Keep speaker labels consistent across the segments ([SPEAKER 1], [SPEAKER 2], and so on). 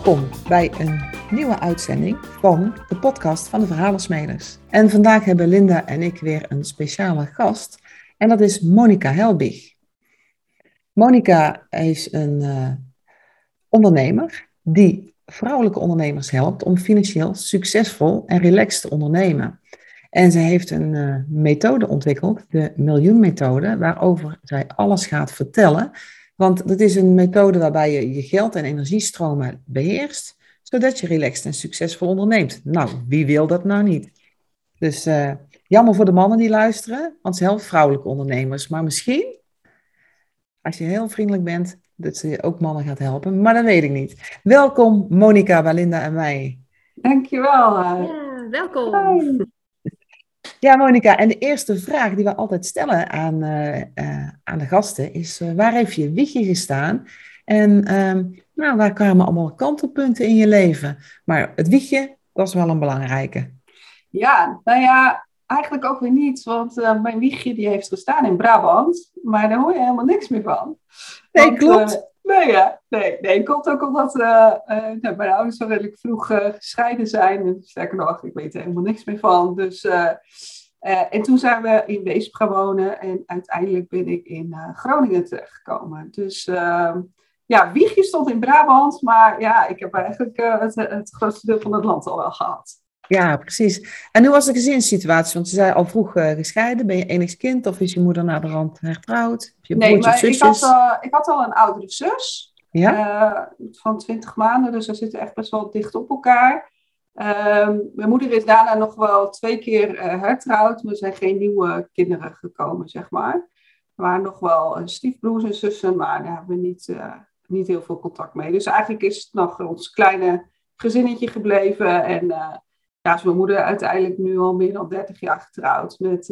[SPEAKER 1] Welkom bij een nieuwe uitzending van de podcast van de Verhalensmeders. En vandaag hebben Linda en ik weer een speciale gast en dat is Monica Helbig. Monica is een ondernemer die vrouwelijke ondernemers helpt om financieel succesvol en relaxed te ondernemen. En zij heeft een methode ontwikkeld, de miljoenmethode, waarover zij alles gaat vertellen. Want dat is een methode waarbij je je geld- en energiestromen beheerst, zodat je relaxed en succesvol onderneemt. Nou, wie wil dat nou niet? Dus jammer voor de mannen die luisteren, want ze helpen vrouwelijke ondernemers. Maar misschien, als je heel vriendelijk bent, dat ze ook mannen gaat helpen. Maar dat weet ik niet. Welkom Monica, Belinda en mij.
[SPEAKER 2] Dankjewel.
[SPEAKER 3] Ja, welkom.
[SPEAKER 2] Hi.
[SPEAKER 1] Ja, Monica, en de eerste vraag die we altijd stellen aan de gasten is, waar heeft je wiegje gestaan? En waar kwamen allemaal kantelpunten in je leven? Maar het wiegje was wel een belangrijke.
[SPEAKER 2] Ja, nou ja, eigenlijk ook weer niet, want mijn wiegje die heeft gestaan in Brabant, maar daar hoor je helemaal niks meer van.
[SPEAKER 1] Nee,
[SPEAKER 2] Want,
[SPEAKER 1] klopt.
[SPEAKER 2] Nee, komt ook omdat mijn ouders zo redelijk vroeg gescheiden zijn. En sterker nog, ik weet er helemaal niks meer van. Dus, en toen zijn we in Weesp gaan wonen en uiteindelijk ben ik in Groningen terechtgekomen. Dus wiegje stond in Brabant, maar ja, ik heb eigenlijk het grootste deel van het land al wel gehad.
[SPEAKER 1] Ja, precies. En hoe was de gezinssituatie? Want ze zei al vroeg gescheiden. Ben je enigst kind of is je moeder naderhand hertrouwd? Heb je broertjes of zusjes?
[SPEAKER 2] Ik had al een oudere zus van 20 maanden, dus we zitten echt best wel dicht op elkaar. Mijn moeder is daarna nog wel 2 keer hertrouwd, maar er zijn geen nieuwe kinderen gekomen, zeg maar. Er waren nog wel stiefbroers en zussen, maar daar hebben we niet heel veel contact mee. Dus eigenlijk is het nog ons kleine gezinnetje gebleven en is mijn moeder uiteindelijk nu al meer dan 30 jaar getrouwd met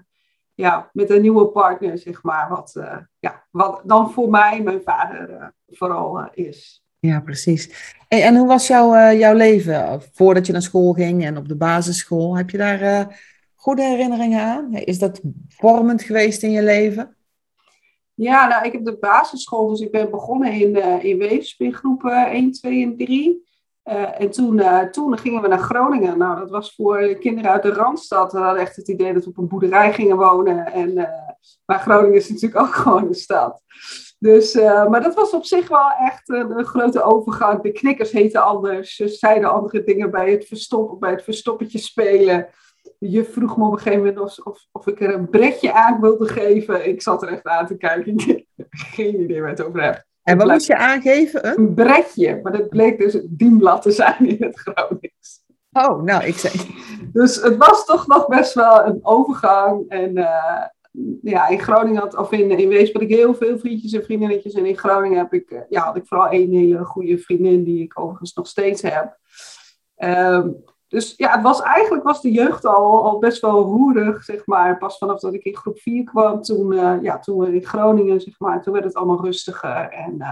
[SPEAKER 2] een nieuwe partner, zeg maar. Wat dan voor mij mijn vader vooral is.
[SPEAKER 1] Ja, precies. En hoe was jouw leven voordat je naar school ging en op de basisschool? Heb je daar goede herinneringen aan? Is dat vormend geweest in je leven?
[SPEAKER 2] Ja, nou, ik heb de basisschool, dus ik ben begonnen in Weesp in groepen 1, 2 en 3. En toen gingen we naar Groningen. Nou, dat was voor kinderen uit de Randstad. We hadden echt het idee dat we op een boerderij gingen wonen. Maar Groningen is natuurlijk ook gewoon een stad. Dus, maar dat was op zich wel echt een grote overgang. De knikkers heten anders. Ze zeiden andere dingen bij het verstoppertje spelen. De juf vroeg me op een gegeven moment of ik er een bretje aan wilde geven. Ik zat er echt aan te kijken. Ik heb geen idee waar het over heb.
[SPEAKER 1] En wat moest je aangeven?
[SPEAKER 2] Een bretje, maar dat bleek dus een dienblad te zijn in het Gronings.
[SPEAKER 1] Oh, nou, ik zei... Dus
[SPEAKER 2] het was toch nog best wel een overgang. En in Groningen of in Weesp had ik heel veel vriendjes en vriendinnetjes. En in Groningen had ik vooral 1 hele goede vriendin die ik overigens nog steeds heb. Dus ja, eigenlijk was de jeugd al best wel roerig, zeg maar. Pas vanaf dat ik in groep 4 kwam, toen we in Groningen, zeg maar, toen werd het allemaal rustiger. En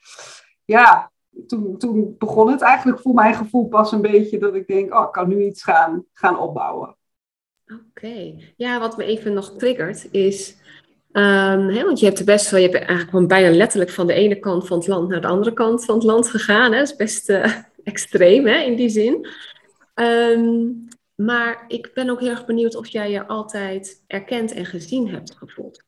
[SPEAKER 2] toen begon het eigenlijk voor mijn gevoel pas een beetje dat ik denk, ik kan nu iets gaan opbouwen.
[SPEAKER 3] Oké. Ja, wat me even nog triggert is, want je hebt eigenlijk gewoon bijna letterlijk van de ene kant van het land naar de andere kant van het land gegaan. Hè? Dat is best extreem, hè, in die zin. Maar ik ben ook heel erg benieuwd of jij je altijd erkend en gezien hebt gevoeld.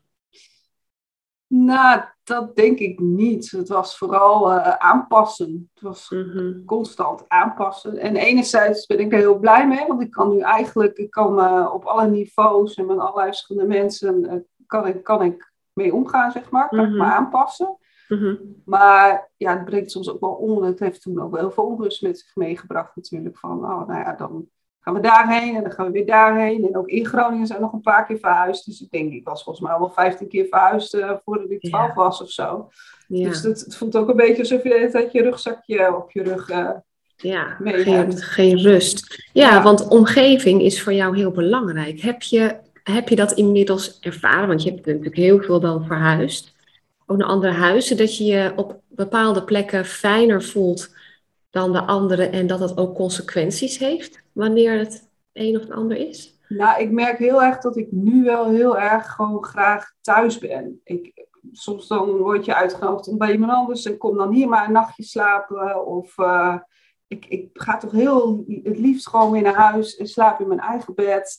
[SPEAKER 2] Nou, dat denk ik niet. Het was vooral aanpassen. Het was constant aanpassen. En enerzijds ben ik er heel blij mee, want ik kan op alle niveaus en met allerlei verschillende mensen kan ik mee omgaan, zeg maar. Kan ik me aanpassen. Maar ja, het brengt soms ook wel on. Het heeft toen ook wel heel veel onrust met zich meegebracht natuurlijk. Van, dan gaan we daarheen en dan gaan we weer daarheen. En ook in Groningen zijn we nog een paar keer verhuisd. Dus ik was volgens mij al wel 15 keer verhuisd voordat ik 12 was of zo. Ja. Dus het voelt ook een beetje alsof je de hele tijd je rugzakje op je rug mee hebt.
[SPEAKER 3] Geen rust. Ja, want omgeving is voor jou heel belangrijk. Heb je dat inmiddels ervaren? Want je hebt natuurlijk heel veel dan verhuisd. Ook naar andere huizen, dat je je op bepaalde plekken fijner voelt dan de andere en dat dat ook consequenties heeft wanneer het een of het ander is?
[SPEAKER 2] Nou, ik merk heel erg dat ik nu wel heel erg gewoon graag thuis ben. soms dan word je uitgenodigd om bij iemand anders en kom dan hier maar een nachtje slapen. Of ik ga toch heel het liefst gewoon weer naar huis en slaap in mijn eigen bed.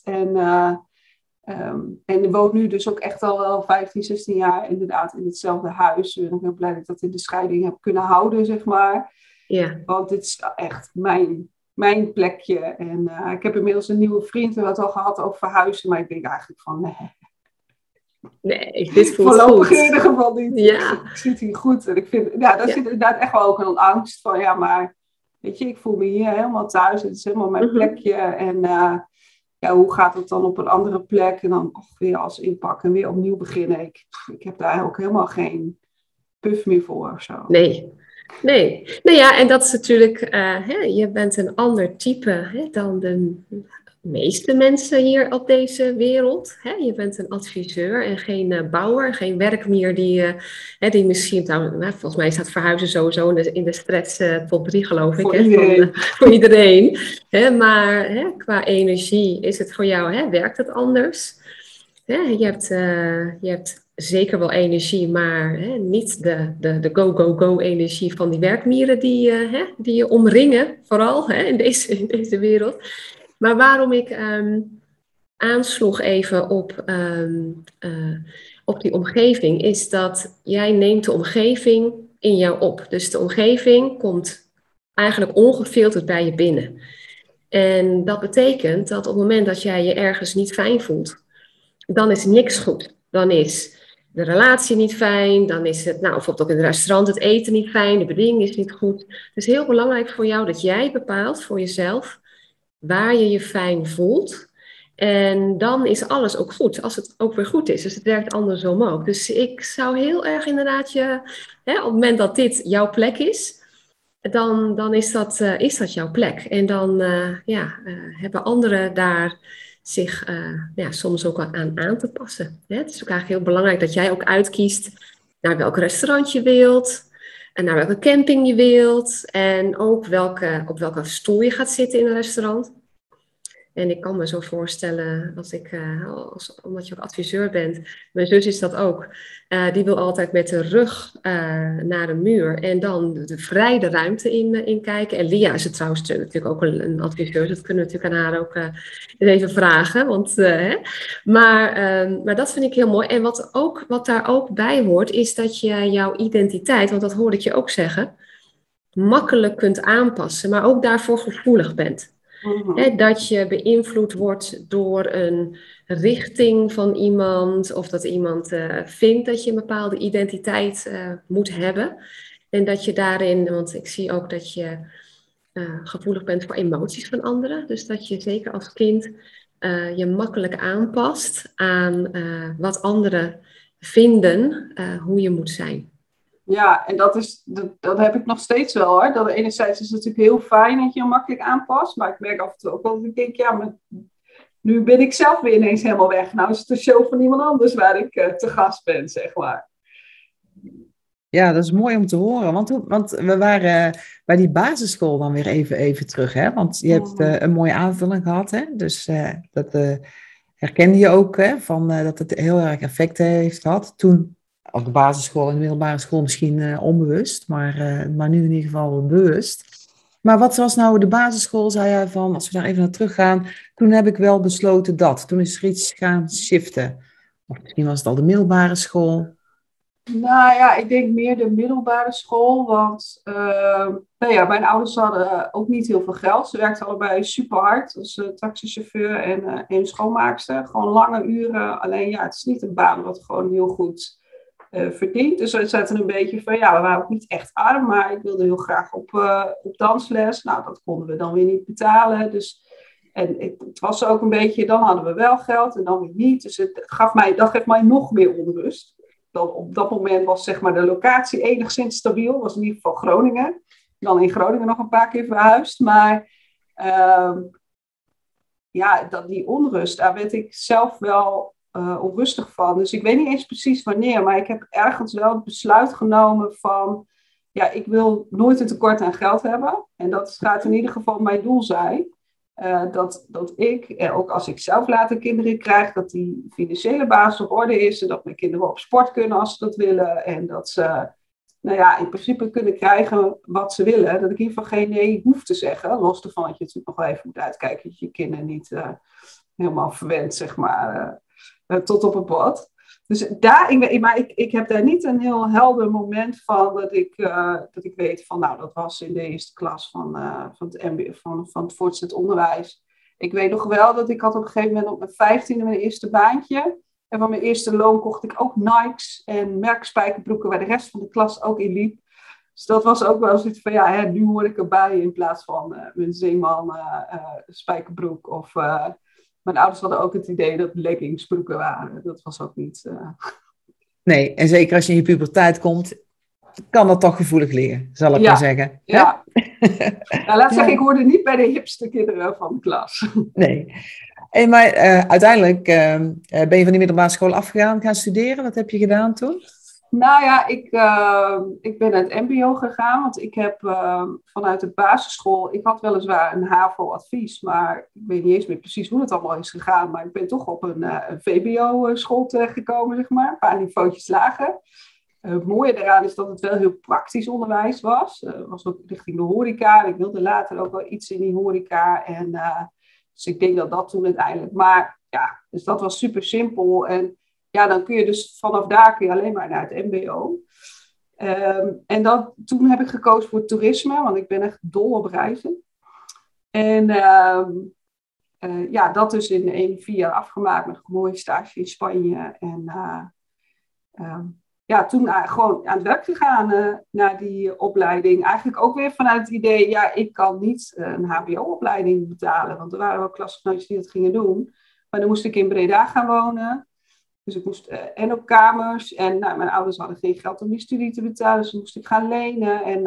[SPEAKER 2] En ik woon nu dus ook echt al wel 15, 16 jaar inderdaad in hetzelfde huis. Ik ben heel blij dat ik dat in de scheiding heb kunnen houden, zeg maar.
[SPEAKER 3] Ja.
[SPEAKER 2] Want dit is echt mijn plekje. En ik heb inmiddels een nieuwe vriend. We hebben het al gehad over verhuizen. Maar ik denk eigenlijk van
[SPEAKER 3] Nee, dit voelt
[SPEAKER 2] voorlopig
[SPEAKER 3] goed.
[SPEAKER 2] in ieder geval niet.
[SPEAKER 3] Ja.
[SPEAKER 2] Ik zit hier goed. En ik vind, daar zit inderdaad echt wel ook een angst van. Ja, maar weet je, ik voel me hier helemaal thuis. Het is helemaal mijn plekje. En hoe gaat het dan op een andere plek? En dan weer als inpakken en weer opnieuw beginnen. Ik heb daar ook helemaal geen puff meer voor of zo.
[SPEAKER 3] Nee. Nou ja, en dat is natuurlijk, je bent een ander type dan de meeste mensen hier op deze wereld. Je bent een adviseur en geen bouwer, geen werkmier die misschien, volgens mij staat verhuizen sowieso in de stress top 3 geloof ik.
[SPEAKER 2] Voor iedereen.
[SPEAKER 3] Voor iedereen. Maar qua energie is het voor jou, werkt het anders? Je hebt zeker wel energie, maar niet de go energie van die werkmieren die je omringen, vooral in deze wereld. Maar waarom ik aansloeg even op die omgeving, is dat jij neemt de omgeving in jou op. Dus de omgeving komt eigenlijk ongefilterd bij je binnen. En dat betekent dat op het moment dat jij je ergens niet fijn voelt, dan is niks goed. Dan is de relatie niet fijn, dan is het, bijvoorbeeld ook in het restaurant, het eten niet fijn, de bediening is niet goed. Het is heel belangrijk voor jou dat jij bepaalt voor jezelf waar je je fijn voelt. En dan is alles ook goed, als het ook weer goed is. Dus het werkt andersom ook. Dus ik zou heel erg inderdaad op het moment dat dit jouw plek is, dan is dat jouw plek. En dan hebben anderen daar zich soms ook aan te passen. Het is ook eigenlijk heel belangrijk dat jij ook uitkiest naar welk restaurant je wilt en naar welke camping je wilt en ook op welke stoel je gaat zitten in een restaurant. En ik kan me zo voorstellen, omdat je ook adviseur bent, mijn zus is dat ook, die wil altijd met de rug naar de muur en dan de vrije ruimte in kijken. En Lia is het trouwens natuurlijk ook een adviseur, dat kunnen we natuurlijk aan haar ook even vragen. Maar dat vind ik heel mooi. En wat daar ook bij hoort, is dat je jouw identiteit, want dat hoorde ik je ook zeggen, makkelijk kunt aanpassen, maar ook daarvoor gevoelig bent. Dat je beïnvloed wordt door een richting van iemand of dat iemand vindt dat je een bepaalde identiteit moet hebben. En dat je daarin, want ik zie ook dat je gevoelig bent voor emoties van anderen. Dus dat je zeker als kind je makkelijk aanpast aan wat anderen vinden hoe je moet zijn.
[SPEAKER 2] Ja, en dat heb ik nog steeds wel hoor. Dat enerzijds is het natuurlijk heel fijn dat je je makkelijk aanpast. Maar ik merk af en toe ook wel dat ik denk, maar nu ben ik zelf weer ineens helemaal weg. Nou is het een show van iemand anders waar ik te gast ben, zeg maar.
[SPEAKER 1] Ja, dat is mooi om te horen. Want we waren bij die basisschool dan weer even terug. Hè? Want je hebt een mooie aanvulling gehad. Hè? Dus dat herkende je ook dat het heel erg effect heeft gehad. Toen op de basisschool en de middelbare school misschien onbewust. Maar nu in ieder geval bewust. Maar wat was nou de basisschool, zei jij van, als we daar even naar terug gaan. Toen heb ik wel besloten dat. Toen is er iets gaan shiften. Of misschien was het al de middelbare school.
[SPEAKER 2] Nou ja, ik denk meer de middelbare school, want mijn ouders hadden ook niet heel veel geld. Ze werkten allebei super hard als taxichauffeur en schoonmaakster. Gewoon lange uren, alleen het is niet een baan wat gewoon heel goed verdient. Dus we zaten een beetje van, we waren ook niet echt arm, maar ik wilde heel graag op dansles. Nou, dat konden we dan weer niet betalen, dus... En het was ook een beetje, dan hadden we wel geld en dan weer niet. Dus dat geeft mij nog meer onrust. Op dat moment was zeg maar de locatie enigszins stabiel. Was in ieder geval Groningen. Dan in Groningen nog een paar keer verhuisd. Maar die onrust, daar werd ik zelf wel onrustig van. Dus ik weet niet eens precies wanneer. Maar ik heb ergens wel het besluit genomen van... ik wil nooit een tekort aan geld hebben. En dat gaat in ieder geval mijn doel zijn. Dat ik, ook als ik zelf later kinderen krijg, dat die financiële basis op orde is. En dat mijn kinderen op sport kunnen als ze dat willen. En dat ze in principe kunnen krijgen wat ze willen. Dat ik in ieder geval geen nee hoef te zeggen. Los ervan dat je natuurlijk nog wel even moet uitkijken dat je kinderen niet helemaal verwendt, zeg maar, tot op het bord. Dus ik heb daar niet een heel helder moment van dat ik weet van, nou, dat was in de eerste klas van het MBO, van het voortgezet onderwijs. Ik weet nog wel dat ik had op een gegeven moment op mijn 15e mijn eerste baantje. En van mijn eerste loon kocht ik ook Nikes en merkspijkerbroeken waar de rest van de klas ook in liep. Dus dat was ook wel zoiets van, nu hoor ik erbij in plaats van mijn zeeman spijkerbroek of... Mijn ouders hadden ook het idee dat leggingsbroeken waren. Dat was ook niet...
[SPEAKER 1] Nee, en zeker als je in je puberteit komt, kan dat toch gevoelig liggen, zal ik maar zeggen.
[SPEAKER 2] Ja. Laat zeggen, ik hoorde niet bij de hipste kinderen van de klas.
[SPEAKER 1] Nee. Hey, maar uiteindelijk ben je van die middelbare school afgegaan, gaan studeren. Wat heb je gedaan toen?
[SPEAKER 2] Nou ja, ik ben naar het MBO gegaan, want ik heb vanuit de basisschool, ik had weliswaar een HAVO-advies, maar ik weet niet eens meer precies hoe het allemaal is gegaan, maar ik ben toch op een VBO-school terechtgekomen, zeg maar, een paar niveautjes lager. Het mooie daaraan is dat het wel heel praktisch onderwijs was. Was ook richting de horeca, en ik wilde later ook wel iets in die horeca, en dus ik denk dat dat toen uiteindelijk, maar ja, dus dat was super simpel en ja, dan kun je dus vanaf daar kun je alleen maar naar het MBO. En toen heb ik gekozen voor toerisme, want ik ben echt dol op reizen. En dat dus in 4 jaar afgemaakt met een mooie stage in Spanje. En toen gewoon aan het werk gegaan naar die opleiding. Eigenlijk ook weer vanuit het idee, ik kan niet een HBO-opleiding betalen. Want er waren wel klasgenootjes die dat gingen doen. Maar dan moest ik in Breda gaan wonen. Dus ik moest en op kamers. En mijn ouders hadden geen geld om die studie te betalen. Dus moest ik gaan lenen. En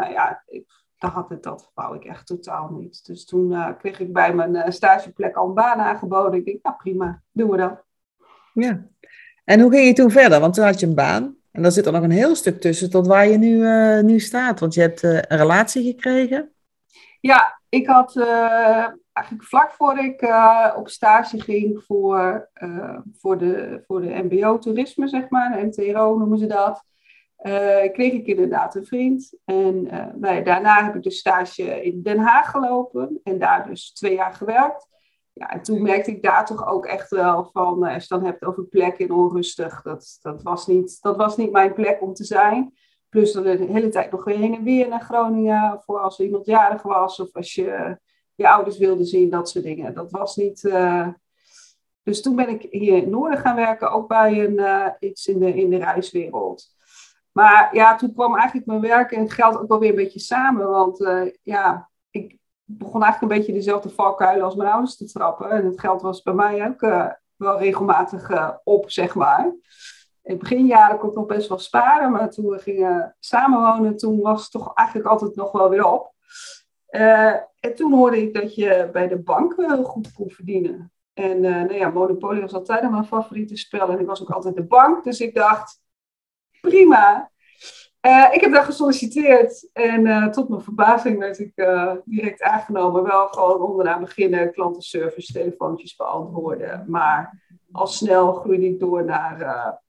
[SPEAKER 2] dat wou ik echt totaal niet. Dus toen kreeg ik bij mijn stageplek al een baan aangeboden. Ik denk, nou prima, doen we dat.
[SPEAKER 1] Ja. En hoe ging je toen verder? Want toen had je een baan. En daar zit er nog een heel stuk tussen tot waar je nu staat. Want je hebt een relatie gekregen.
[SPEAKER 2] Ja, ik had eigenlijk vlak voor ik op stage ging voor de MBO-toerisme, zeg maar, de MTRO noemen ze dat, kreeg ik inderdaad een vriend. En daarna heb ik de stage in Den Haag gelopen en daar dus 2 jaar gewerkt. Ja, en toen merkte ik daar toch ook echt wel van, als je dan hebt over plek en onrustig, dat was niet mijn plek om te zijn. Plus dat de hele tijd nog weer heen en weer naar Groningen, voor als er iemand jarig was of als je je ouders wilde zien, dat soort dingen. Dat was niet... Dus toen ben ik hier in het noorden gaan werken, ook bij iets in de reiswereld. Maar ja, toen kwam eigenlijk mijn werk en het geld ook wel weer een beetje samen. Want ik begon eigenlijk een beetje dezelfde valkuilen als mijn ouders te trappen. En het geld was bij mij ook wel regelmatig op, zeg maar. In het beginjaren kon ik nog best wel sparen, maar toen we gingen samenwonen, toen was het toch eigenlijk altijd nog wel weer op. En toen hoorde ik dat je bij de bank wel goed kon verdienen. En Monopoly was altijd mijn favoriete spel en ik was ook altijd de bank. Dus ik dacht, prima. Ik heb daar gesolliciteerd en tot mijn verbazing werd ik direct aangenomen. Wel gewoon onderaan beginnen, klantenservice, telefoontjes beantwoorden. Maar al snel groeide ik door naar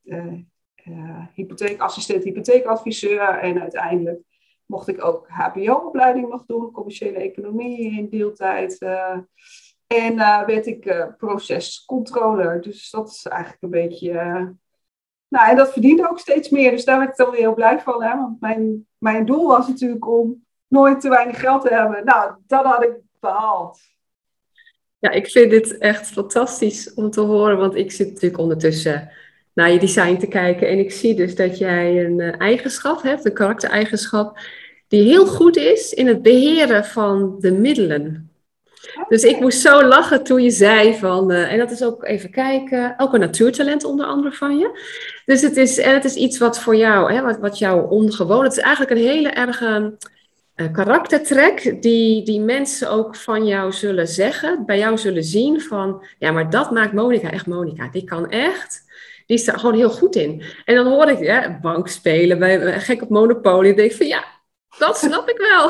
[SPEAKER 2] assistent hypotheekadviseur. En uiteindelijk mocht ik ook HBO-opleiding nog doen, commerciële economie in deeltijd. En werd ik procescontroller. Dus dat is eigenlijk een beetje... en dat verdiende ook steeds meer. Dus daar werd ik dan weer heel blij van. Hè? Want mijn doel was natuurlijk om nooit te weinig geld te hebben. Nou, dat had ik behaald.
[SPEAKER 3] Ja, ik vind dit echt fantastisch om te horen. Want ik zit natuurlijk ondertussen naar je design te kijken. En ik zie dus dat jij een eigenschap hebt, een karaktereigenschap, die heel goed is in het beheren van de middelen. Dus ik moest zo lachen toen je zei van, en dat is ook even kijken, ook een natuurtalent onder andere van je. Dus het is iets wat voor jou, hè, wat jou ongewoon, het is eigenlijk een hele erge karaktertrek die mensen ook van jou zullen zeggen, bij jou zullen zien van, ja, maar dat maakt Monica echt Monica. Die kan echt, die is er gewoon heel goed in. En dan hoor ik bank spelen, gek op Monopoly, en denk ik van, ja, dat snap ik wel.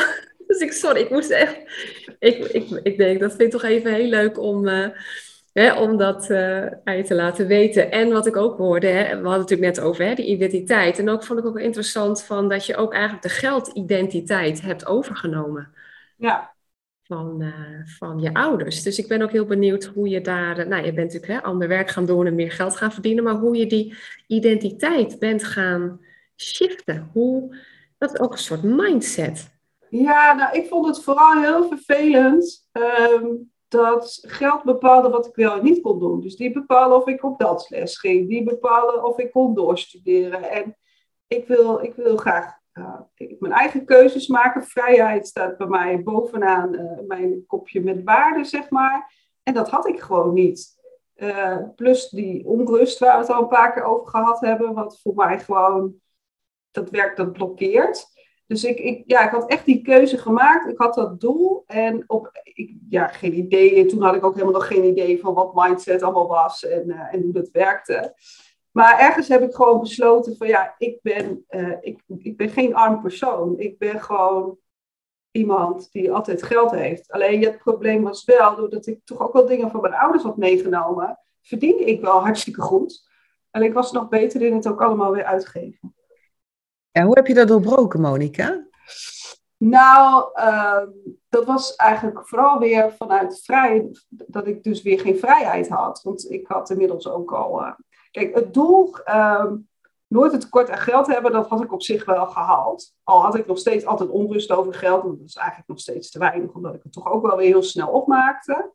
[SPEAKER 3] Dus ik moest echt... Ik denk, dat vind ik toch even heel leuk om dat aan je te laten weten. En wat ik ook hoorde, we hadden het natuurlijk net over die identiteit. En ook vond ik ook interessant dat je ook eigenlijk de geldidentiteit hebt overgenomen.
[SPEAKER 2] Ja.
[SPEAKER 3] Van je ouders. Dus ik ben ook heel benieuwd hoe je daar... je bent natuurlijk ander werk gaan doen en meer geld gaan verdienen. Maar hoe je die identiteit bent gaan shiften. Dat is ook een soort mindset.
[SPEAKER 2] Ja, nou, ik vond het vooral heel vervelend dat geld bepaalde wat ik wel en niet kon doen. Dus die bepaalde of ik op dansles ging. Die bepaalde of ik kon doorstuderen. En ik wil graag mijn eigen keuzes maken. Vrijheid staat bij mij bovenaan mijn kopje met waarde, zeg maar. En dat had ik gewoon niet. Plus die onrust waar we het al een paar keer over gehad hebben. Wat voor mij gewoon dat werk dat blokkeert. Dus ik had echt die keuze gemaakt. Ik had dat doel. En geen idee. Toen had ik ook helemaal nog geen idee van wat mindset allemaal was. En hoe dat werkte. Maar ergens heb ik gewoon besloten van ik ben geen arm persoon. Ik ben gewoon iemand die altijd geld heeft. Alleen het probleem was wel, doordat ik toch ook wel dingen van mijn ouders had meegenomen, verdiende ik wel hartstikke goed. Alleen ik was nog beter in het ook allemaal weer uitgeven.
[SPEAKER 1] Ja, hoe heb je dat doorbroken, Monica?
[SPEAKER 2] Nou, dat was eigenlijk vooral weer vanuit dat ik dus weer geen vrijheid had. Want ik had inmiddels ook al... Kijk, het doel, nooit een tekort aan geld hebben, dat had ik op zich wel gehaald. Al had ik nog steeds altijd onrust over geld, want dat is eigenlijk nog steeds te weinig, omdat ik het toch ook wel weer heel snel opmaakte.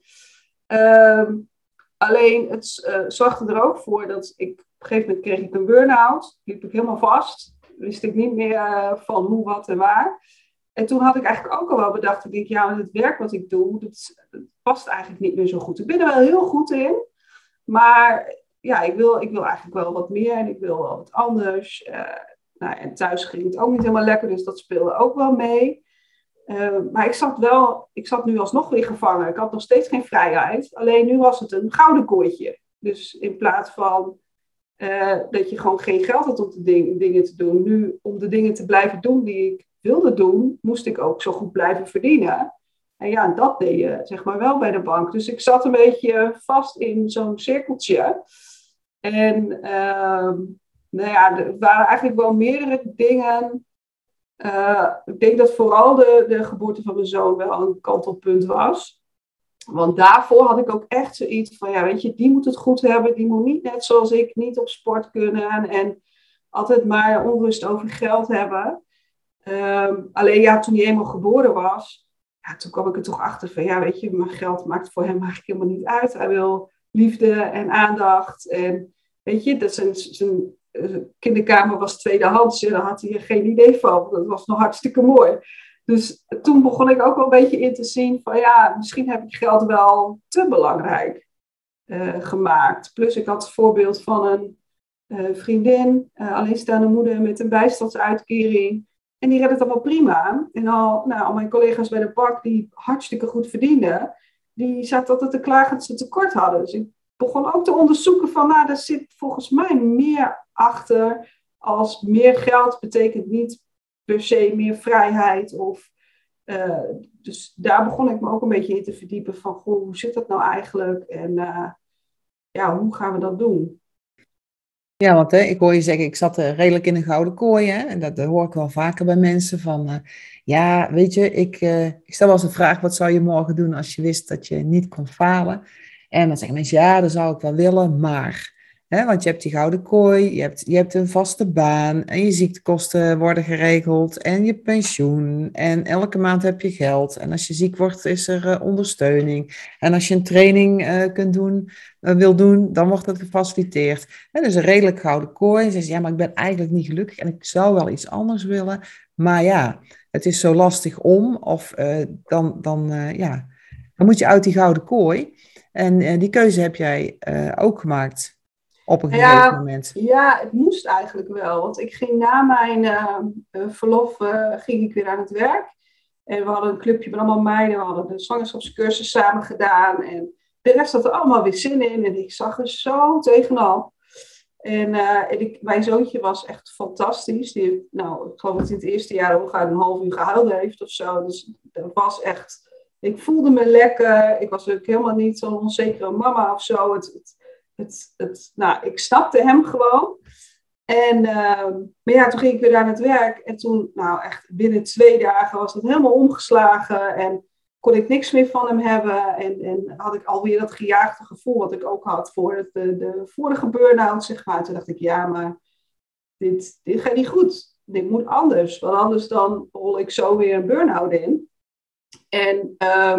[SPEAKER 2] Alleen, het zorgde er ook voor dat ik, op een gegeven moment kreeg ik een burn-out, liep ik helemaal vast, wist ik niet meer van hoe, wat en waar. En toen had ik eigenlijk ook al wel bedacht, het werk wat ik doe, dat past eigenlijk niet meer zo goed. Ik ben er wel heel goed in, maar... ik wil eigenlijk wel wat meer en ik wil wel wat anders. En thuis ging het ook niet helemaal lekker, dus dat speelde ook wel mee. Maar ik zat nu alsnog weer gevangen. Ik had nog steeds geen vrijheid. Alleen nu was het een gouden kooitje. Dus in plaats van dat je gewoon geen geld had om de dingen te doen. Nu, om de dingen te blijven doen die ik wilde doen, moest ik ook zo goed blijven verdienen. En dat deed je zeg maar wel bij de bank. Dus ik zat een beetje vast in zo'n cirkeltje. En er waren eigenlijk wel meerdere dingen. Ik denk dat vooral de geboorte van mijn zoon wel een kantelpunt was. Want daarvoor had ik ook echt zoiets van, die moet het goed hebben. Die moet niet net zoals ik niet op sport kunnen. En altijd maar onrust over geld hebben. Alleen toen hij eenmaal geboren was... toen kwam ik er toch achter van, mijn geld maakt voor hem eigenlijk helemaal niet uit. Hij wil liefde en aandacht. En dat zijn kinderkamer was tweedehands. Daar had hij er geen idee van. Dat was nog hartstikke mooi. Dus toen begon ik ook wel een beetje in te zien van, misschien heb ik geld wel te belangrijk gemaakt. Plus ik had het voorbeeld van een vriendin, alleenstaande moeder met een bijstandsuitkering. En die redde het allemaal prima. En al mijn collega's bij de bank die hartstikke goed verdienden, die zaten altijd te klagen dat ze tekort hadden. Dus ik begon ook te onderzoeken van, daar zit volgens mij meer achter. Als meer geld betekent niet per se meer vrijheid. Dus daar begon ik me ook een beetje in te verdiepen van, hoe zit dat nou eigenlijk? En hoe gaan we dat doen?
[SPEAKER 1] Ja, want ik hoor je zeggen, ik zat redelijk in een gouden kooi. Hè? En dat hoor ik wel vaker bij mensen van... ik stel wel eens een vraag, wat zou je morgen doen als je wist dat je niet kon falen? En dan zeggen mensen, dat zou ik wel willen, maar... Want je hebt die gouden kooi, je hebt een vaste baan... en je ziektekosten worden geregeld en je pensioen... en elke maand heb je geld. En als je ziek wordt, is er ondersteuning. En als je een training wil doen, dan wordt dat gefaciliteerd. Dus een redelijk gouden kooi. En ze zeggen, maar ik ben eigenlijk niet gelukkig... en ik zou wel iets anders willen. Maar het is zo lastig om... of dan moet je uit die gouden kooi... En die keuze heb jij ook gemaakt op een gegeven moment.
[SPEAKER 2] Ja, het moest eigenlijk wel. Want ik ging na mijn verlof ging ik weer aan het werk. En we hadden een clubje met allemaal meiden. We hadden de zwangerschapscursus samen gedaan. En de rest had er allemaal weer zin in. En ik zag er zo tegenop. En mijn zoontje was echt fantastisch. Ik geloof dat hij het eerste jaar hooguit een half uur gehuild heeft of zo. Dus dat was echt... Ik voelde me lekker. Ik was ook helemaal niet zo'n onzekere mama of zo. Ik snapte hem gewoon. Maar ja, toen ging ik weer aan het werk. En toen, echt binnen 2 dagen was het helemaal omgeslagen. En kon ik niks meer van hem hebben. En had ik alweer dat gejaagde gevoel wat ik ook had voor de vorige burn-out, zeg maar. Toen dacht ik, ja, maar dit gaat niet goed. Dit moet anders. Want anders dan rol ik zo weer een burn-out in. En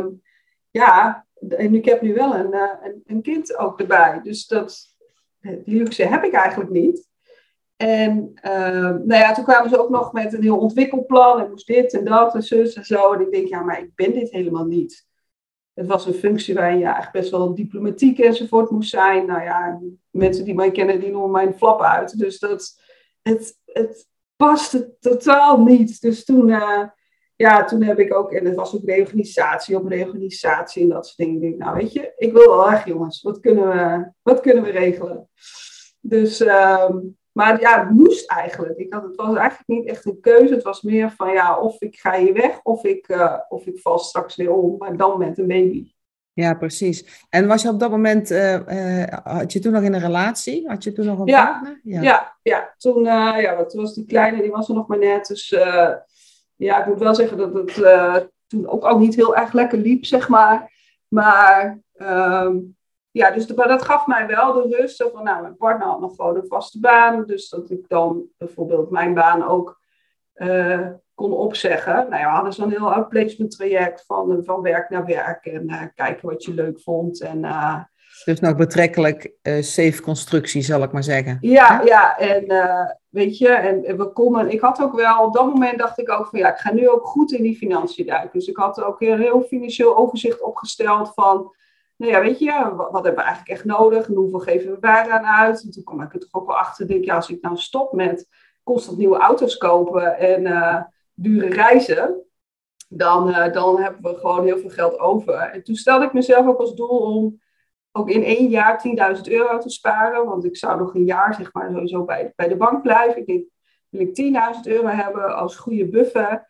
[SPEAKER 2] en ik heb nu wel een kind ook erbij. Dus die luxe heb ik eigenlijk niet. En toen kwamen ze ook nog met een heel ontwikkelplan. Ik moest dit en dat en zus en zo. En ik denk, ja, maar ik ben dit helemaal niet. Het was een functie waarin je eigenlijk best wel diplomatiek enzovoort moest zijn. Nou ja, mensen die mij kennen, die noemen mij een flap uit. Dus het paste totaal niet. Dus toen heb ik ook, en het was ook reorganisatie op reorganisatie en dat soort dingen. Ik denk, nou weet je, ik wil wel weg, jongens. Wat kunnen we regelen? Dus... Maar ja, het moest eigenlijk. Het was eigenlijk niet echt een keuze. Het was meer van ja, of ik ga hier weg of ik val straks weer om. Maar dan met een baby.
[SPEAKER 1] Ja, precies. En was je op dat moment, had je toen nog in een relatie? Had je toen nog een partner?
[SPEAKER 2] Ja. Toen was die kleine, die was er nog maar net. Dus ik moet wel zeggen dat het toen ook niet heel erg lekker liep, zeg maar. Maar... dus dat gaf mij wel de rust. Van, mijn partner had nog gewoon een vaste baan. Dus dat ik dan bijvoorbeeld mijn baan ook kon opzeggen. We hadden zo'n heel outplacement traject van werk naar werk. En kijken wat je leuk vond. En,
[SPEAKER 1] dus nog betrekkelijk safe constructie, zal ik maar zeggen.
[SPEAKER 2] Ja. En weet je, en we konden... Ik had ook wel... Op dat moment dacht ik ook van ik ga nu ook goed in die financiën duiken. Dus ik had ook een heel financieel overzicht opgesteld van... weet je, wat hebben we eigenlijk echt nodig en hoeveel geven we daaraan uit? En toen kwam ik er toch ook wel achter, denk als ik nou stop met constant nieuwe auto's kopen en dure reizen, dan hebben we gewoon heel veel geld over. En toen stelde ik mezelf ook als doel om ook in 1 jaar €10.000 te sparen, want ik zou nog een jaar zeg maar sowieso bij de bank blijven. Ik denk, wil ik €10.000 hebben als goede buffer.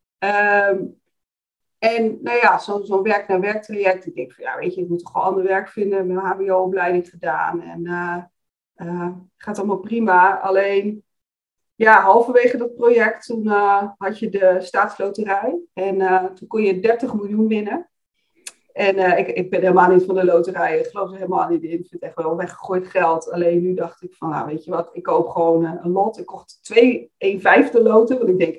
[SPEAKER 2] En zo'n werk-naar-werk traject. Ik denk van weet je, ik moet toch gewoon ander werk vinden. Ik heb mijn HBO-opleiding gedaan. En gaat allemaal prima. Alleen, halverwege dat project, toen had je de staatsloterij. En toen kon je 30 miljoen winnen. En ik ben helemaal niet van de loterij. Ik geloof er helemaal niet in. Ik vind het echt wel weggegooid geld. Alleen nu dacht ik van, weet je wat, ik koop gewoon een lot. Ik kocht 2 1/5 loten. Want ik denk,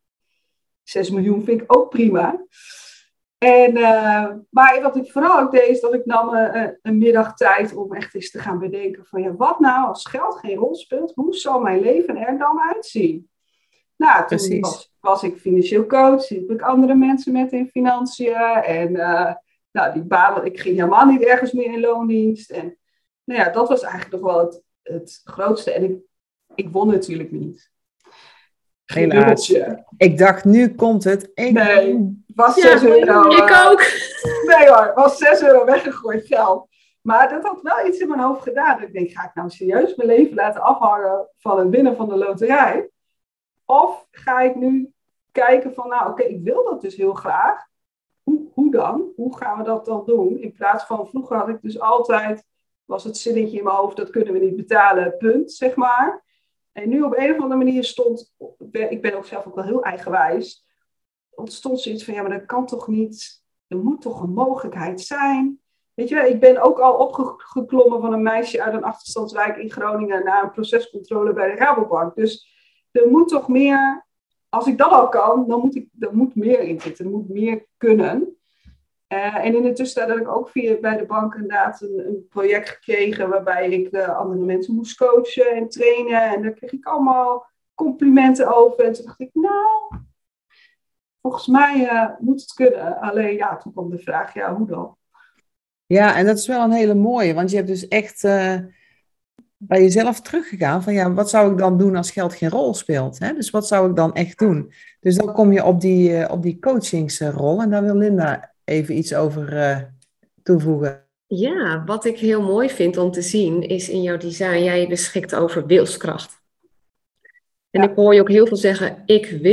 [SPEAKER 2] 6 miljoen vind ik ook prima. En, maar wat ik vooral ook deed, is dat ik nam een middag tijd om echt eens te gaan bedenken van wat nou als geld geen rol speelt, hoe zal mijn leven er dan uitzien? Toen was ik financieel coach, hielp ik andere mensen met in financiën. En die baan, ik ging helemaal niet ergens meer in loondienst. En dat was eigenlijk nog wel het grootste. En ik won natuurlijk niet.
[SPEAKER 1] Helaas. Ik dacht, nu komt het.
[SPEAKER 2] Nee, was 6 euro.
[SPEAKER 3] Ik ook.
[SPEAKER 2] Nee hoor, was 6 euro weggegooid geld. Maar dat had wel iets in mijn hoofd gedaan. Ik denk, ga ik nou serieus mijn leven laten afhangen van het winnen van de loterij? Of ga ik nu kijken van, oké, ik wil dat dus heel graag. Hoe dan? Hoe gaan we dat dan doen? In plaats van, vroeger had ik dus altijd, was het zinnetje in mijn hoofd, dat kunnen we niet betalen, punt, zeg maar. En nu op een of andere manier ik ben ook zelf ook wel heel eigenwijs, ontstond zoiets van, maar dat kan toch niet, er moet toch een mogelijkheid zijn. Weet je, ik ben ook al opgeklommen van een meisje uit een achterstandswijk in Groningen naar een procescontrole bij de Rabobank. Dus er moet toch meer, als ik dat al kan, dan moet meer in zitten, er moet meer kunnen. En in de tussentijd had ik ook bij de bank inderdaad een project gekregen waarbij ik andere mensen moest coachen en trainen. En daar kreeg ik allemaal complimenten over. En toen dacht ik, volgens mij moet het kunnen. Alleen toen kwam de vraag, hoe dan?
[SPEAKER 1] Ja, en dat is wel een hele mooie, want je hebt dus echt bij jezelf teruggegaan van wat zou ik dan doen als geld geen rol speelt? Hè? Dus wat zou ik dan echt doen? Dus dan kom je op die coachingsrol en daar wil Linda even iets over toevoegen.
[SPEAKER 3] Ja, wat ik heel mooi vind om te zien is in jouw design, jij beschikt over wilskracht. En ik
[SPEAKER 2] Ja,
[SPEAKER 3] hoor je ook heel veel zeggen,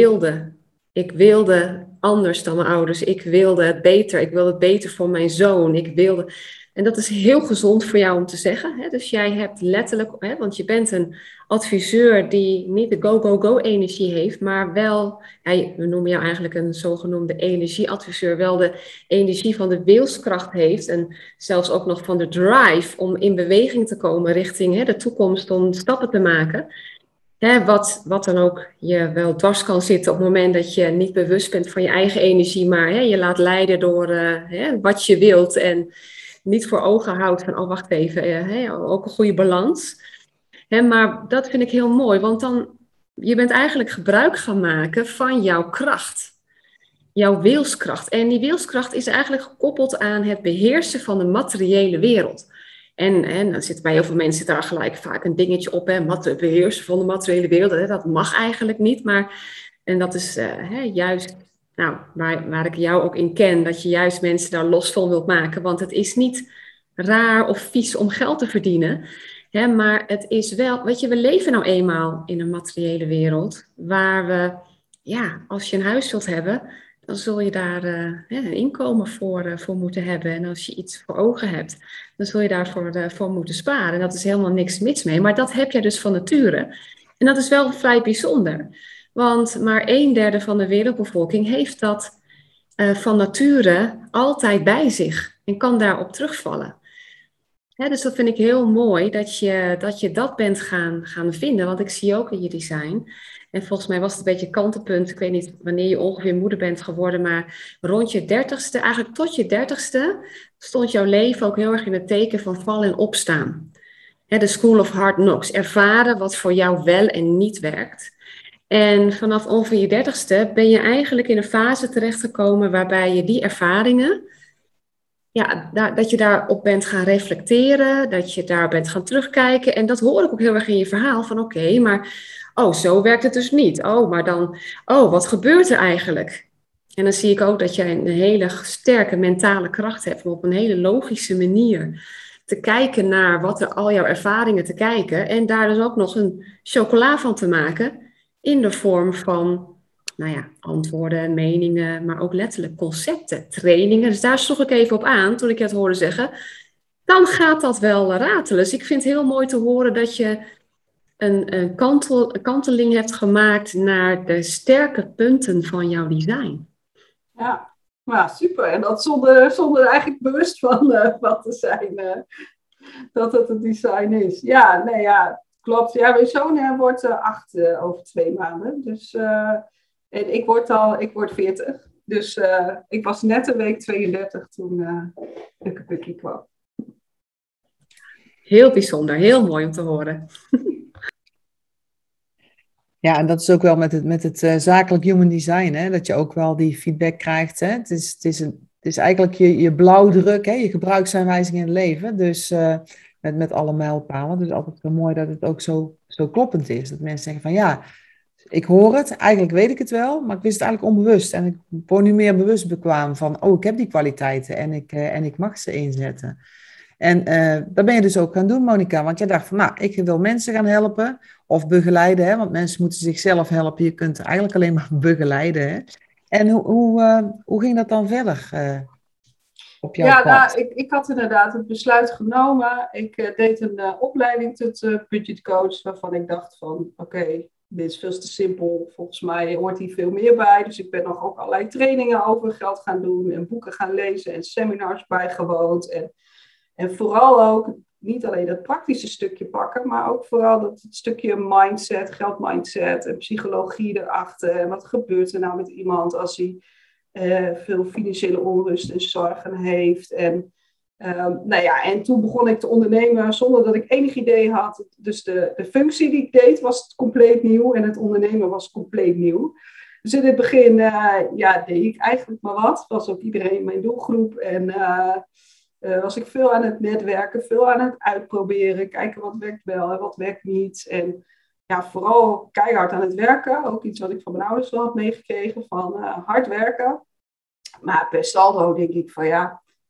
[SPEAKER 3] ik wilde anders dan mijn ouders. Ik wilde het beter. Ik wilde het beter voor mijn zoon. Ik wilde. En dat is heel gezond voor jou om te zeggen. Hè? Dus jij hebt letterlijk, hè, want je bent een adviseur die niet de go-go-go energie heeft, maar wel, ja, we noemen jou eigenlijk een zogenoemde energieadviseur, wel de energie van de wilskracht heeft en zelfs ook nog van de drive om in beweging te komen richting hè, de toekomst, om stappen te maken. Hè, wat dan ook je wel dwars kan zitten op het moment dat je niet bewust bent van je eigen energie, maar hè, je laat leiden door hè, wat je wilt en niet voor ogen houdt van, oh wacht even, hè, ook een goede balans. Hè, maar dat vind ik heel mooi, want dan, je bent eigenlijk gebruik gaan maken van jouw kracht, jouw wilskracht. En die wilskracht is eigenlijk gekoppeld aan het beheersen van de materiële wereld. En dan zit bij heel veel mensen daar gelijk vaak een dingetje op, hè, beheersen van de materiële wereld. Hè, dat mag eigenlijk niet, maar en dat is hè, juist nou, waar ik jou ook in ken, dat je juist mensen daar los van wilt maken. Want het is niet raar of vies om geld te verdienen. Hè, maar het is wel, weet je, we leven nou eenmaal in een materiële wereld waar we, ja, als je een huis wilt hebben, dan zul je daar een inkomen voor moeten hebben. En als je iets voor ogen hebt, dan zul je daarvoor voor moeten sparen. En dat is helemaal niks mis mee. Maar dat heb je dus van nature. En dat is wel vrij bijzonder. Want maar 1/3 van de wereldbevolking heeft dat van nature altijd bij zich. En kan daarop terugvallen. Hè, dus dat vind ik heel mooi dat je dat bent gaan vinden. Want ik zie ook in je design. En volgens mij was het een beetje een kantelpunt. Ik weet niet wanneer je ongeveer moeder bent geworden. Maar rond je 30ste, eigenlijk tot je 30ste, stond jouw leven ook heel erg in het teken van vallen en opstaan. Hè, de School of Hard Knocks. Ervaren wat voor jou wel en niet werkt. En vanaf ongeveer je 30ste ben je eigenlijk in een fase terechtgekomen waarbij je die ervaringen, ja, dat je daarop bent gaan reflecteren, dat je daar bent gaan terugkijken. En dat hoor ik ook heel erg in je verhaal van oké, maar oh, zo werkt het dus niet. Oh, maar dan, oh, wat gebeurt er eigenlijk? En dan zie ik ook dat jij een hele sterke mentale kracht hebt om op een hele logische manier te kijken naar wat er al jouw ervaringen te kijken en daar dus ook nog een chocola van te maken in de vorm van nou ja, antwoorden, meningen, maar ook letterlijk concepten, trainingen. Dus daar sloeg ik even op aan toen ik het hoorde zeggen. Dan gaat dat wel ratelen. Dus ik vind het heel mooi te horen dat je een kanteling hebt gemaakt naar de sterke punten van jouw design.
[SPEAKER 2] ja. Ja, super. En dat zonder er eigenlijk bewust van te zijn dat het een design is. Ja, nee, ja, klopt. Ja, mijn zoon wordt 8 over 2 maanden. Dus, en ik word 40. Dus ik was net een week 32 toen Pukkie kwam.
[SPEAKER 3] Heel bijzonder, heel mooi om te horen.
[SPEAKER 1] Ja, en dat is ook wel met het zakelijk human design, hè, dat je ook wel die feedback krijgt. Hè. Het is eigenlijk je blauwdruk, hè, je gebruiksaanwijzing in het leven. Dus met alle mijlpalen. Dus altijd wel mooi dat het ook zo kloppend is. Dat mensen zeggen van ja, ik hoor het, eigenlijk weet ik het wel, maar ik wist het eigenlijk onbewust. En ik word nu meer bewust bekwaam van, oh, ik heb die kwaliteiten en ik mag ze inzetten. En dat ben je dus ook gaan doen, Monica. Want jij dacht van, nou, ik wil mensen gaan helpen of begeleiden. Hè? Want mensen moeten zichzelf helpen. Je kunt eigenlijk alleen maar begeleiden. Hè? En hoe ging dat dan verder op jouw pad?
[SPEAKER 2] Nou, ik had inderdaad het besluit genomen. Ik deed een opleiding tot budgetcoach, waarvan ik dacht van, oké, dit is veel te simpel. Volgens mij hoort hier veel meer bij. Dus ik ben nog ook allerlei trainingen over geld gaan doen en boeken gaan lezen en seminars bijgewoond. En vooral ook niet alleen dat praktische stukje pakken, maar ook vooral het stukje mindset, geldmindset en psychologie erachter. En wat gebeurt er nou met iemand als hij veel financiële onrust en zorgen heeft. En toen begon ik te ondernemen zonder dat ik enig idee had. Dus de functie die ik deed was compleet nieuw en het ondernemen was compleet nieuw. Dus in het begin deed ik eigenlijk maar wat. Was ook iedereen mijn doelgroep en was ik veel aan het netwerken, veel aan het uitproberen, kijken wat werkt wel en wat werkt niet. En ja, vooral keihard aan het werken. Ook iets wat ik van mijn ouders wel had meegekregen, van hard werken. Maar per saldo denk ik van ja,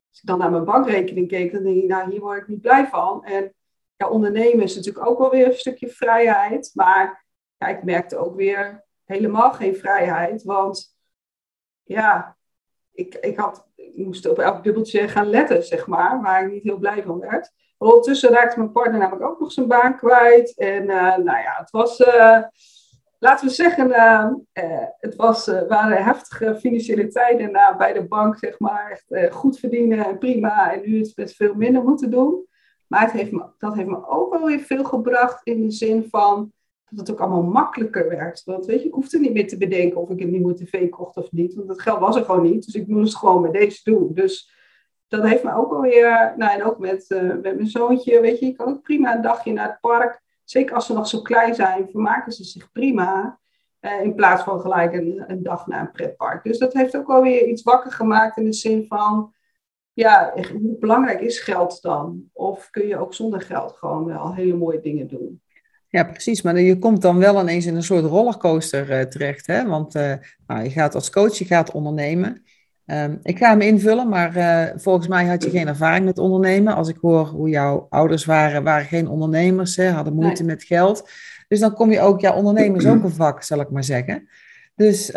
[SPEAKER 2] Als ik dan naar mijn bankrekening keek, dan denk ik, nou, hier word ik niet blij van. En ja, ondernemen is natuurlijk ook wel weer een stukje vrijheid. Maar ja, ik merkte ook weer helemaal geen vrijheid. Want ja, ik moest op elk dubbeltje gaan letten, zeg maar. Waar ik niet heel blij van werd. Maar ondertussen raakte mijn partner namelijk ook nog zijn baan kwijt. En nou ja, het was... laten we zeggen, het waren heftige financiële tijden bij de bank, zeg maar. Echt goed verdienen en prima. En nu het met veel minder moeten doen. Maar dat heeft me ook wel weer veel gebracht in de zin van dat het ook allemaal makkelijker werd. Want weet je, ik hoefde niet meer te bedenken of ik een nieuwe tv kocht of niet. Want dat geld was er gewoon niet. Dus ik moest het gewoon met deze doen. Dus dat heeft me ook alweer, nou en ook met mijn zoontje, weet je, je kan ook prima een dagje naar het park. Zeker als ze nog zo klein zijn, vermaken ze zich prima. In plaats van gelijk een dag naar een pretpark. Dus dat heeft ook wel weer iets wakker gemaakt in de zin van... Ja, hoe belangrijk is geld dan? Of kun je ook zonder geld gewoon wel hele mooie dingen doen?
[SPEAKER 1] Ja, precies. Maar je komt dan wel ineens in een soort rollercoaster terecht. Hè? Want nou, je gaat als coach, je gaat ondernemen. Ik ga hem invullen, maar volgens mij had je geen ervaring met ondernemen. Als ik hoor hoe jouw ouders waren geen ondernemers, hè, hadden moeite met geld. Dus dan kom je ook, ja, ondernemen is ook een vak, zal ik maar zeggen. Dus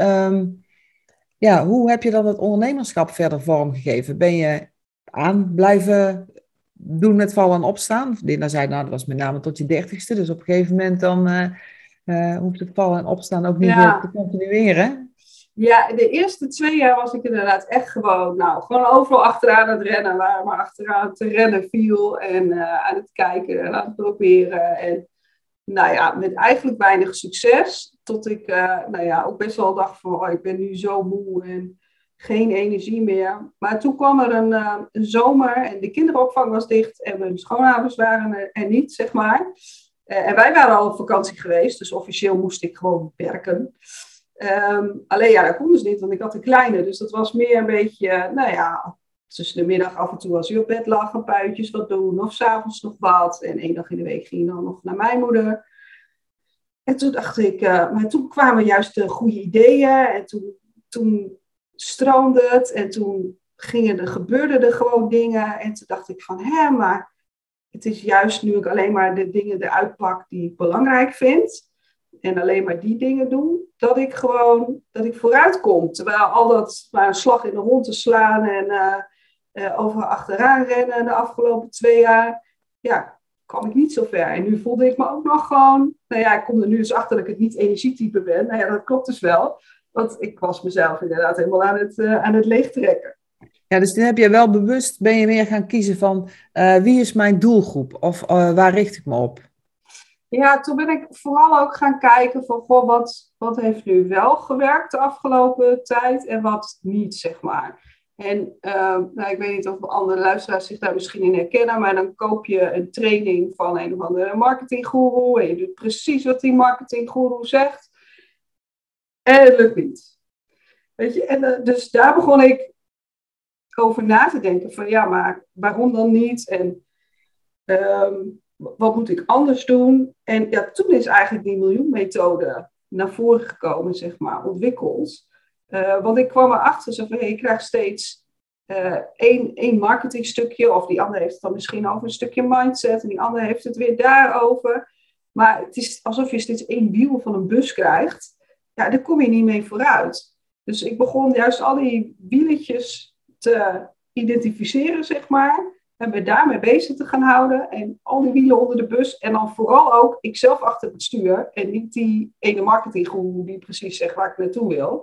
[SPEAKER 1] ja, hoe heb je dan het ondernemerschap verder vormgegeven? Ben je aan blijven doen met vallen en opstaan? Linda zei, nou, dat was met name tot je 30ste. Dus op een gegeven moment dan hoeft het vallen en opstaan ook niet meer te continueren.
[SPEAKER 2] Ja, de eerste 2 jaar was ik inderdaad echt gewoon overal achteraan het rennen. Waar maar achteraan te rennen viel. En aan het kijken en aan het proberen. En nou ja, met eigenlijk weinig succes. Tot ik ook best wel dacht van, ik ben nu zo moe en geen energie meer. Maar toen kwam er een zomer en de kinderopvang was dicht. En mijn schoonouders waren er niet, zeg maar. En wij waren al op vakantie geweest. Dus officieel moest ik gewoon werken. Alleen ja, dat kon dus niet, want ik had een kleine. Dus dat was meer een beetje, tussen de middag af en toe als hij op bed lag, een puitjes wat doen. Of 's avonds nog wat. En 1 dag in de week ging hij dan nog naar mijn moeder. En toen dacht ik, maar toen kwamen juist de goede ideeën. En toen stroomde het. En toen gebeurden er gewoon dingen. En toen dacht ik van, maar het is juist nu ik alleen maar de dingen eruit pak die ik belangrijk vind. En alleen maar die dingen doen, dat ik vooruit kom. Terwijl al dat maar een slag in de hond te slaan en over achteraan rennen de afgelopen 2 jaar, ja, kwam ik niet zo ver. En nu voelde ik me ook nog gewoon, ik kom er nu dus achter dat ik het niet energietype ben. Nou ja, dat klopt dus wel. Want ik was mezelf inderdaad helemaal aan het leegtrekken.
[SPEAKER 1] Ja, dus dan heb je wel bewust, ben je meer gaan kiezen van wie is mijn doelgroep? Of waar richt ik me op?
[SPEAKER 2] Ja, toen ben ik vooral ook gaan kijken van, wat heeft nu wel gewerkt de afgelopen tijd en wat niet, zeg maar. En ik weet niet of andere luisteraars zich daar misschien in herkennen, maar dan koop je een training van een of andere marketinggoeroe en je doet precies wat die marketinggoeroe zegt. En het lukt niet. Weet je, en dus daar begon ik over na te denken van, ja, maar waarom dan niet? En wat moet ik anders doen? En ja, toen is eigenlijk die miljoenmethode naar voren gekomen, zeg maar, ontwikkeld. Want ik kwam erachter, zo van, je krijgt steeds één marketingstukje, of die andere heeft het dan misschien over een stukje mindset, en die andere heeft het weer daarover. Maar het is alsof je steeds 1 wiel van een bus krijgt. Ja, daar kom je niet mee vooruit. Dus ik begon juist al die wieletjes te identificeren, zeg maar. En me daarmee bezig te gaan houden. En al die wielen onder de bus. En dan vooral ook ikzelf achter het stuur. En niet die ene marketinggoeroe die precies zegt waar ik naartoe wil.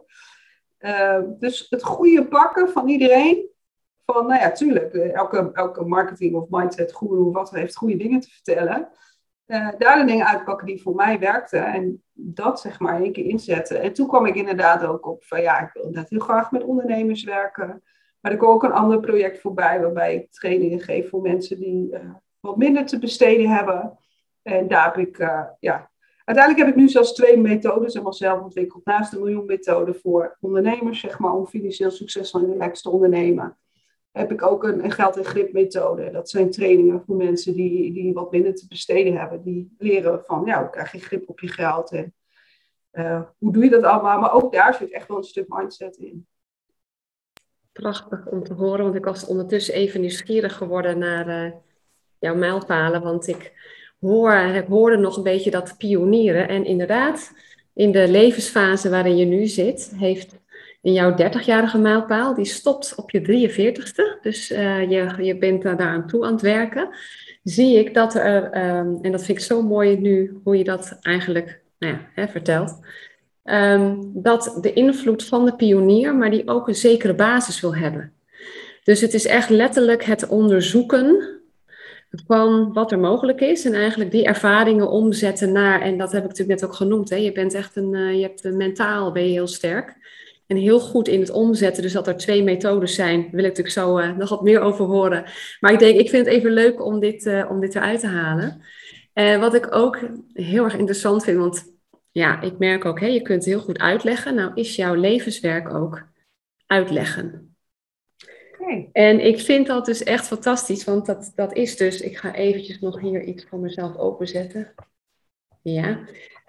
[SPEAKER 2] Dus het goede pakken van iedereen. Van, tuurlijk. Elke marketing of mindset goeroe wat heeft goede dingen te vertellen. Daar de dingen uitpakken die voor mij werkten. En dat zeg maar 1 keer inzetten. En toen kwam ik inderdaad ook op van, ik wil inderdaad heel graag met ondernemers werken. Maar er kwam ook een ander project voorbij waarbij ik trainingen geef voor mensen die wat minder te besteden hebben. En daar heb ik, uiteindelijk heb ik nu zelfs 2 methodes helemaal zelf ontwikkeld. Naast de miljoenmethode voor ondernemers, zeg maar, om financieel succesvol en relaxed te ondernemen. Heb ik ook een geld- en grip-methode. Dat zijn trainingen voor mensen die wat minder te besteden hebben. Die leren van, hoe krijg je grip op je geld en hoe doe je dat allemaal. Maar ook daar zit echt wel een stuk mindset in.
[SPEAKER 3] prachtig om te horen, want ik was ondertussen even nieuwsgierig geworden naar jouw mijlpalen, want ik hoorde nog een beetje dat pionieren. En inderdaad, in de levensfase waarin je nu zit, heeft in jouw 30-jarige mijlpaal, die stopt op je 43ste, dus je bent daar aan toe aan het werken, zie ik dat er, en dat vind ik zo mooi nu, hoe je dat eigenlijk vertelt, dat de invloed van de pionier, maar die ook een zekere basis wil hebben. Dus het is echt letterlijk het onderzoeken van wat er mogelijk is en eigenlijk die ervaringen omzetten naar, en dat heb ik natuurlijk net ook genoemd, hè, je bent echt je hebt mentaal ben je heel sterk en heel goed in het omzetten, dus dat er 2 methodes zijn, daar wil ik natuurlijk zo nog wat meer over horen. Maar ik vind het even leuk om dit eruit te halen. Wat ik ook heel erg interessant vind, want ja, ik merk ook, je kunt heel goed uitleggen. Nou is jouw levenswerk ook uitleggen. Okay. En ik vind dat dus echt fantastisch, want dat is dus, ik ga eventjes nog hier iets voor mezelf openzetten. Ja,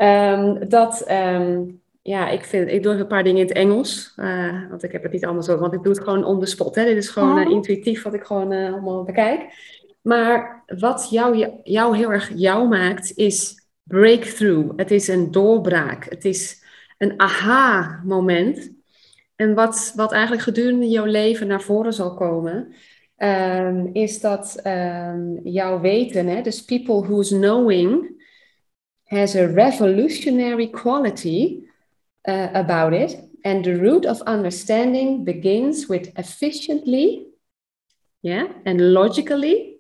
[SPEAKER 3] ik doe een paar dingen in het Engels, want ik heb het niet allemaal zo, want ik doe het gewoon on the spot. Hè? Dit is gewoon intuïtief wat ik gewoon allemaal bekijk. Maar wat jou heel erg jou maakt, is breakthrough. Het is een doorbraak. Het is een aha-moment. En wat eigenlijk gedurende jouw leven naar voren zal komen, is dat jouw weten, hè, dus people whose knowing has a revolutionary quality about it. And the root of understanding begins with efficiently and logically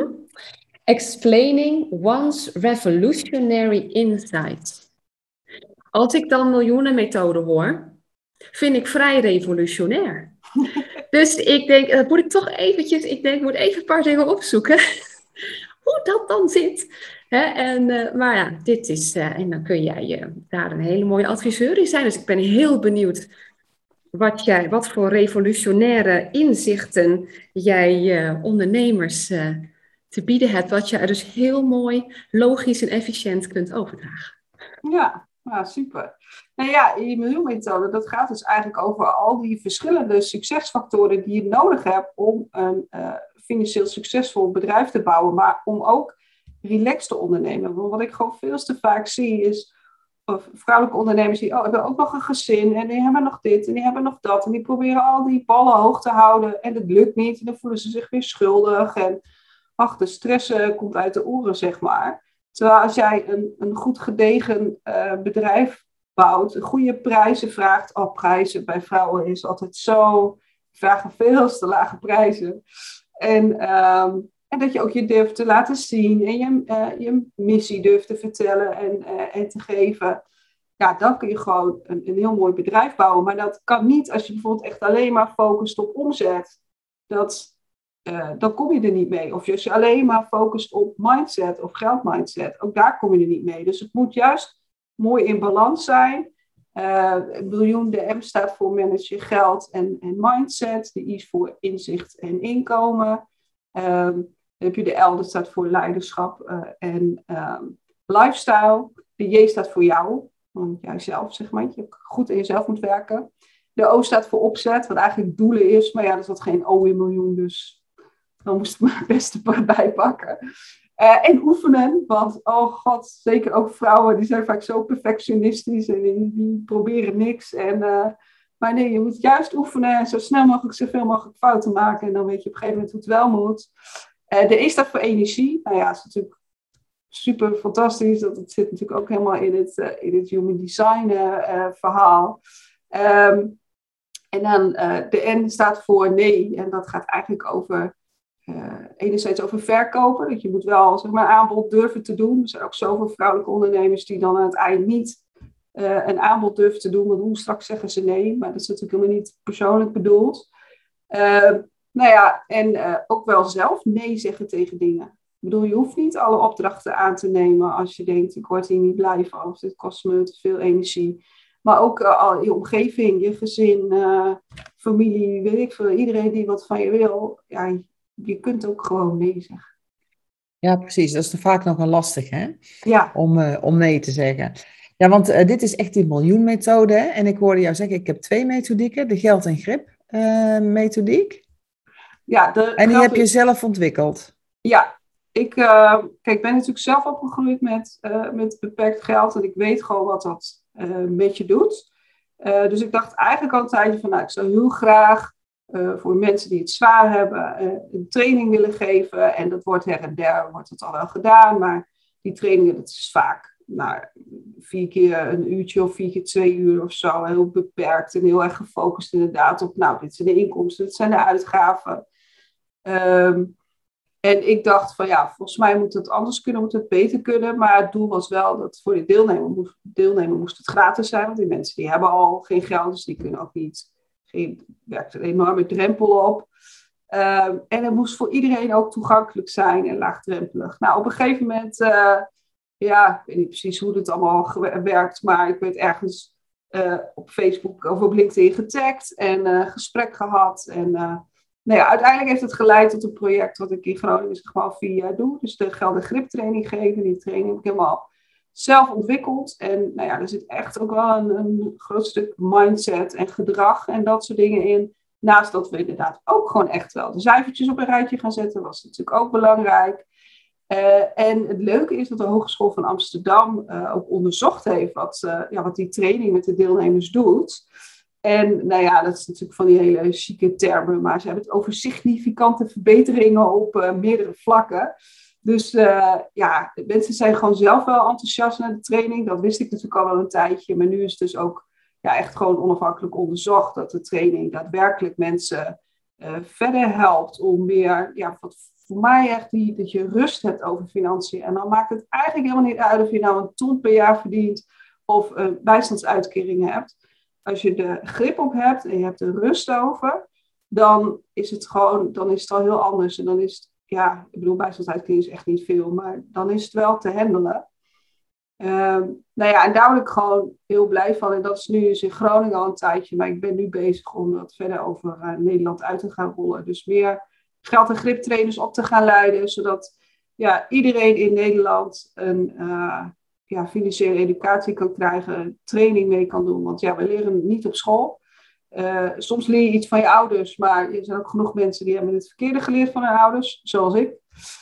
[SPEAKER 3] explaining one's revolutionary insights. Als ik dan miljoenenmethoden hoor, vind ik vrij revolutionair. Dus ik denk, dat moet ik toch eventjes, ik moet even een paar dingen opzoeken. Hoe dat dan zit. Maar ja, dit is, en dan kun jij daar een hele mooie adviseur in zijn. Dus ik ben heel benieuwd wat voor revolutionaire inzichten jij ondernemers te bieden hebt. Wat je er dus heel mooi, logisch en efficiënt kunt overdragen.
[SPEAKER 2] Ja, super. Nou ja, die miljoenmethode, dat gaat dus eigenlijk over al die verschillende succesfactoren die je nodig hebt om een financieel succesvol bedrijf te bouwen, maar om ook relaxed te ondernemen. Want wat ik gewoon veel te vaak zie is vrouwelijke ondernemers die hebben ook nog een gezin en die hebben nog dit en die hebben nog dat en die proberen al die ballen hoog te houden en het lukt niet en dan voelen ze zich weer schuldig en de stress komt uit de oren, zeg maar. Terwijl als jij een goed gedegen bedrijf bouwt, goede prijzen vraagt. Prijzen bij vrouwen is altijd zo, vragen veel te lage prijzen. En dat je ook je durft te laten zien en je missie durft te vertellen en te geven. Ja, dan kun je gewoon een heel mooi bedrijf bouwen. Maar dat kan niet als je bijvoorbeeld echt alleen maar focust op omzet. Dan kom je er niet mee. Of als je alleen maar focust op mindset of geldmindset, ook daar kom je er niet mee. Dus het moet juist mooi in balans zijn. Miljoen, de M staat voor manage je geld en mindset. De I is voor inzicht en inkomen. Dan heb je de L, dat staat voor leiderschap en lifestyle. De J staat voor jou, want jijzelf, zeg maar. Je goed in jezelf moet werken. De O staat voor opzet, wat eigenlijk doelen is. Maar ja, er zat geen O in miljoen, dus dan moest ik maar het beste bij pakken. En oefenen, want zeker ook vrouwen, die zijn vaak zo perfectionistisch en die proberen niks. Maar nee, je moet juist oefenen en zo snel mogelijk, zoveel mogelijk fouten maken. En dan weet je op een gegeven moment hoe het wel moet. De E staat voor energie. Nou ja, dat is natuurlijk super fantastisch. Dat zit natuurlijk ook helemaal in het human design verhaal. En dan de N staat voor nee. En dat gaat eigenlijk over enerzijds over verkopen. Dat je moet wel, zeg maar, aanbod durven te doen. Er zijn ook zoveel vrouwelijke ondernemers die dan aan het eind niet een aanbod durven te doen. Want straks zeggen ze nee. Maar dat is natuurlijk helemaal niet persoonlijk bedoeld. Ook wel zelf nee zeggen tegen dingen. Ik bedoel, je hoeft niet alle opdrachten aan te nemen als je denkt, ik word hier niet blij van, of dit kost me te veel energie. Maar ook je omgeving, je gezin, familie, weet ik veel, iedereen die wat van je wil. Ja, je kunt ook gewoon nee zeggen.
[SPEAKER 1] Ja, precies. Dat is vaak nog wel lastig, hè?
[SPEAKER 2] Ja.
[SPEAKER 1] Om nee te zeggen. Ja, want dit is echt die miljoenmethode. Hè? En ik hoorde jou zeggen, ik heb 2 methodieken, de geld en grip. methodiek?
[SPEAKER 2] Ja,
[SPEAKER 1] En die heb je zelf ontwikkeld?
[SPEAKER 2] Ja, ik ben natuurlijk zelf opgegroeid met beperkt geld. En ik weet gewoon wat dat met je doet. Dus ik dacht eigenlijk al een tijdje van, ik zou heel graag voor mensen die het zwaar hebben een training willen geven. En dat wordt her en der, wordt het al wel gedaan. Maar die trainingen, dat is vaak 4 keer een uurtje of 4 keer 2 uur of zo. Heel beperkt en heel erg gefocust inderdaad op, dit zijn de inkomsten, dit zijn de uitgaven. En ik dacht van volgens mij moet het anders kunnen, moet het beter kunnen. Maar het doel was wel dat voor de deelnemer moest het gratis zijn. Want die mensen die hebben al geen geld, dus die kunnen ook niet. Werkt een enorme drempel op. En het moest voor iedereen ook toegankelijk zijn en laagdrempelig. Nou, op een gegeven moment, ik weet niet precies hoe het allemaal werkt. Maar ik werd ergens op Facebook of op LinkedIn getagd en gesprek gehad. En uiteindelijk heeft het geleid tot een project wat ik in Groningen al 4 jaar doe. Dus de Geld en Grip training geven. Die training heb ik helemaal zelf ontwikkeld. En er zit echt ook wel een groot stuk mindset en gedrag en dat soort dingen in. Naast dat we inderdaad ook gewoon echt wel de cijfertjes op een rijtje gaan zetten. Was natuurlijk ook belangrijk. En het leuke is dat de Hogeschool van Amsterdam ook onderzocht heeft wat die training met de deelnemers doet. En dat is natuurlijk van die hele chique termen, maar ze hebben het over significante verbeteringen op meerdere vlakken. Dus mensen zijn gewoon zelf wel enthousiast naar de training. Dat wist ik natuurlijk al wel een tijdje, maar nu is het dus ook echt gewoon onafhankelijk onderzocht dat de training daadwerkelijk mensen verder helpt om meer, wat voor mij echt dat je rust hebt over financiën. En dan maakt het eigenlijk helemaal niet uit of je nou een ton per jaar verdient of een bijstandsuitkering hebt. Als je de grip op hebt en je hebt er rust over, dan is het al heel anders. En dan is het, bijstandsuitkering is echt niet veel, maar dan is het wel te handelen. En daar word ik gewoon heel blij van. En dat is nu in Groningen al een tijdje, maar ik ben nu bezig om dat verder over Nederland uit te gaan rollen. Dus meer geld- en griptrainers op te gaan leiden, zodat iedereen in Nederland een financiële educatie kan krijgen, training mee kan doen. Want we leren niet op school. Soms leer je iets van je ouders, maar er zijn ook genoeg mensen die hebben het verkeerde geleerd van hun ouders, zoals ik.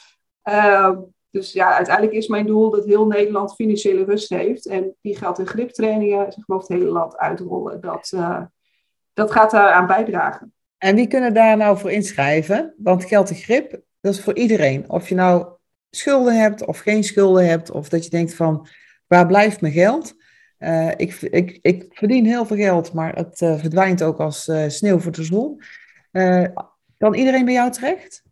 [SPEAKER 2] Dus uiteindelijk is mijn doel dat heel Nederland financiële rust heeft. En die geld- en griptrainingen over het hele land uitrollen. Dat gaat daaraan bijdragen.
[SPEAKER 1] En wie kunnen daar nou voor inschrijven? Want geld en grip, dat is voor iedereen. Of je nou schulden hebt of geen schulden hebt. Of dat je denkt van, waar blijft mijn geld? Ik verdien heel veel geld, maar het verdwijnt ook als sneeuw voor de zon. Kan iedereen bij jou terecht?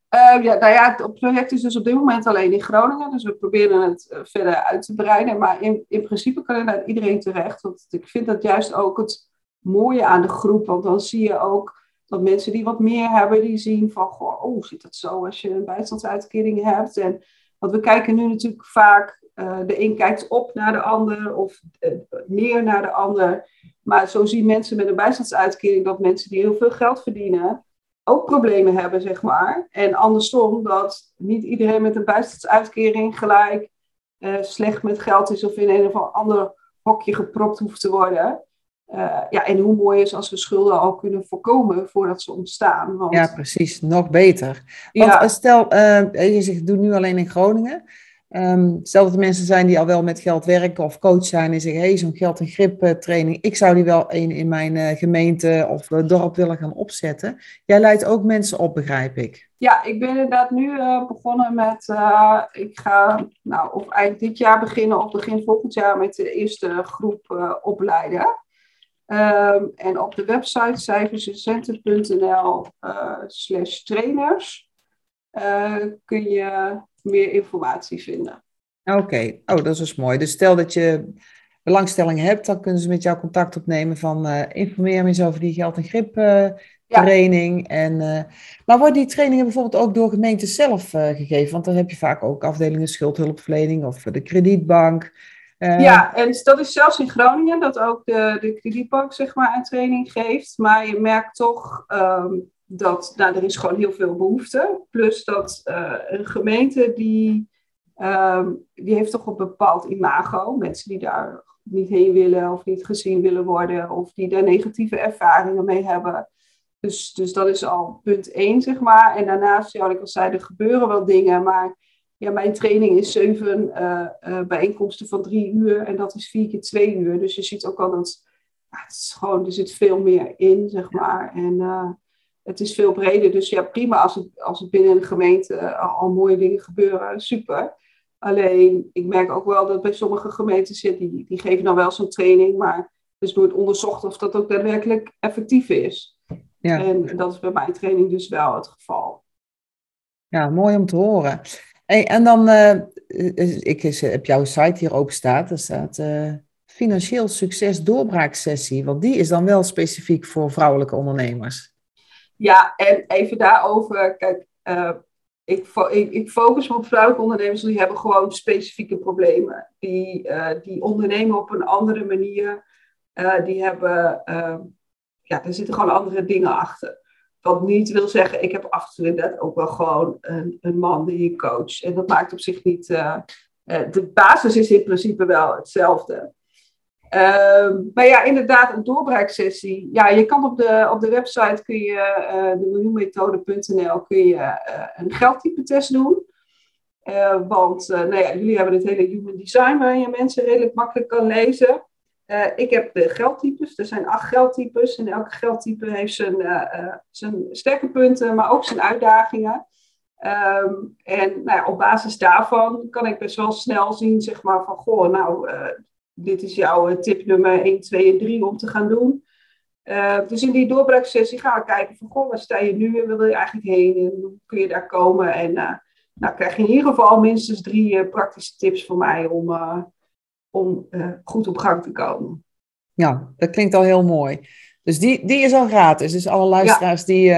[SPEAKER 2] Het project is dus op dit moment alleen in Groningen. Dus we proberen het verder uit te breiden. Maar in principe kan er iedereen terecht. Want ik vind dat juist ook het mooie aan de groep. Want dan zie je ook dat mensen die wat meer hebben, die zien van, zit dat zo als je een bijstandsuitkering hebt? Want we kijken nu natuurlijk vaak, de een kijkt op naar de ander of neer naar de ander. Maar zo zien mensen met een bijstandsuitkering dat mensen die heel veel geld verdienen ook problemen hebben, zeg maar. En andersom, dat niet iedereen met een bijstandsuitkering gelijk slecht met geld is of in een of ander hokje gepropt hoeft te worden. En hoe mooi is als we schulden al kunnen voorkomen voordat ze ontstaan. Want...
[SPEAKER 1] Ja, precies. Nog beter. Want stel, je zegt, doe nu alleen in Groningen. Stel dat er mensen zijn die al wel met geld werken of coach zijn en zeggen, zo'n geld- en grip training, ik zou die wel in mijn gemeente of dorp willen gaan opzetten. Jij leidt ook mensen op, begrijp ik.
[SPEAKER 2] Ja, ik ben inderdaad nu begonnen met, ik ga of eind dit jaar beginnen of begin volgend jaar met de eerste groep opleiden. En op de website cijferscentrum.nl/trainers kun je meer informatie vinden.
[SPEAKER 1] Oké, dat is dus mooi. Dus stel dat je belangstelling hebt, dan kunnen ze met jou contact opnemen van informeer me eens over die geld- en grip training. Maar worden die trainingen bijvoorbeeld ook door gemeenten zelf gegeven? Want dan heb je vaak ook afdelingen schuldhulpverlening of de kredietbank.
[SPEAKER 2] En dat is zelfs in Groningen, dat ook de kredietbank zeg maar een training geeft. Maar je merkt toch dat er is gewoon heel veel behoefte. Plus dat een gemeente die heeft toch een bepaald imago. Mensen die daar niet heen willen of niet gezien willen worden. Of die daar negatieve ervaringen mee hebben. Dus dat is al punt 1, zeg maar. En daarnaast, ja, wat ik al zei, er gebeuren wel dingen. Maar ja, mijn training is 7 bijeenkomsten van 3 uur. En dat is 4 keer 2 uur. Dus je ziet ook al dat het is gewoon, er zit veel meer in, zeg maar. En het is veel breder. Dus ja, prima als het binnen de gemeente al mooie dingen gebeuren. Super. Alleen, ik merk ook wel dat bij sommige gemeenten zit, die geven dan wel zo'n training. Maar dus nooit onderzocht of dat ook daadwerkelijk effectief is. Ja. En dat is bij mijn training dus wel het geval.
[SPEAKER 1] Ja, mooi om te horen. Hey, en dan, ik heb jouw site hier openstaan. Er staat financieel succes doorbraaksessie. Want die is dan wel specifiek voor vrouwelijke ondernemers.
[SPEAKER 2] Ja, en even daarover. Kijk, ik focus me op vrouwelijke ondernemers. Die hebben gewoon specifieke problemen. Die ondernemen op een andere manier. Die hebben... ja, er zitten gewoon andere dingen achter. Wat niet wil zeggen, ik heb afgezien ook wel gewoon een man die je coach. En dat maakt op zich niet... de basis is in principe wel hetzelfde. Maar ja, inderdaad, een doorbraaksessie. Ja, je kan op de website kun je, de miljoenmethode.nl, kun je een geldtype-test doen. Want nou ja, jullie hebben het hele human design waarin je mensen redelijk makkelijk kan lezen. Ik heb de geldtypes. Er zijn 8 geldtypes. En elke geldtype heeft zijn sterke punten, maar ook zijn uitdagingen. En nou ja, op basis daarvan kan ik best wel snel zien, zeg maar, van goh, nou, dit is jouw tip nummer 1, 2 en 3 om te gaan doen. Dus in die doorbraaksessie gaan we kijken van goh, waar sta je nu en waar wil je eigenlijk heen en hoe kun je daar komen. En nou krijg je in ieder geval minstens 3 praktische tips van mij om goed op gang te komen.
[SPEAKER 1] Ja, dat klinkt al heel mooi. Dus die is al gratis. Dus alle luisteraars die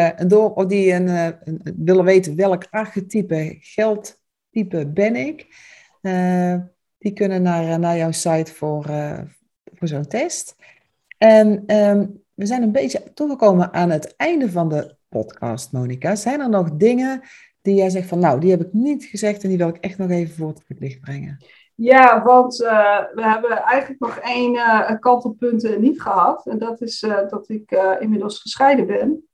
[SPEAKER 1] willen weten welk archetype geldtype ben ik, die kunnen naar jouw site voor zo'n test. En we zijn een beetje toegekomen aan het einde van de podcast, Monica. Zijn er nog dingen die jij zegt van nou, die heb ik niet gezegd en die wil ik echt nog even voor het licht brengen?
[SPEAKER 2] Ja, want we hebben eigenlijk nog 1 kantelpunt niet gehad. En dat is dat ik inmiddels gescheiden ben.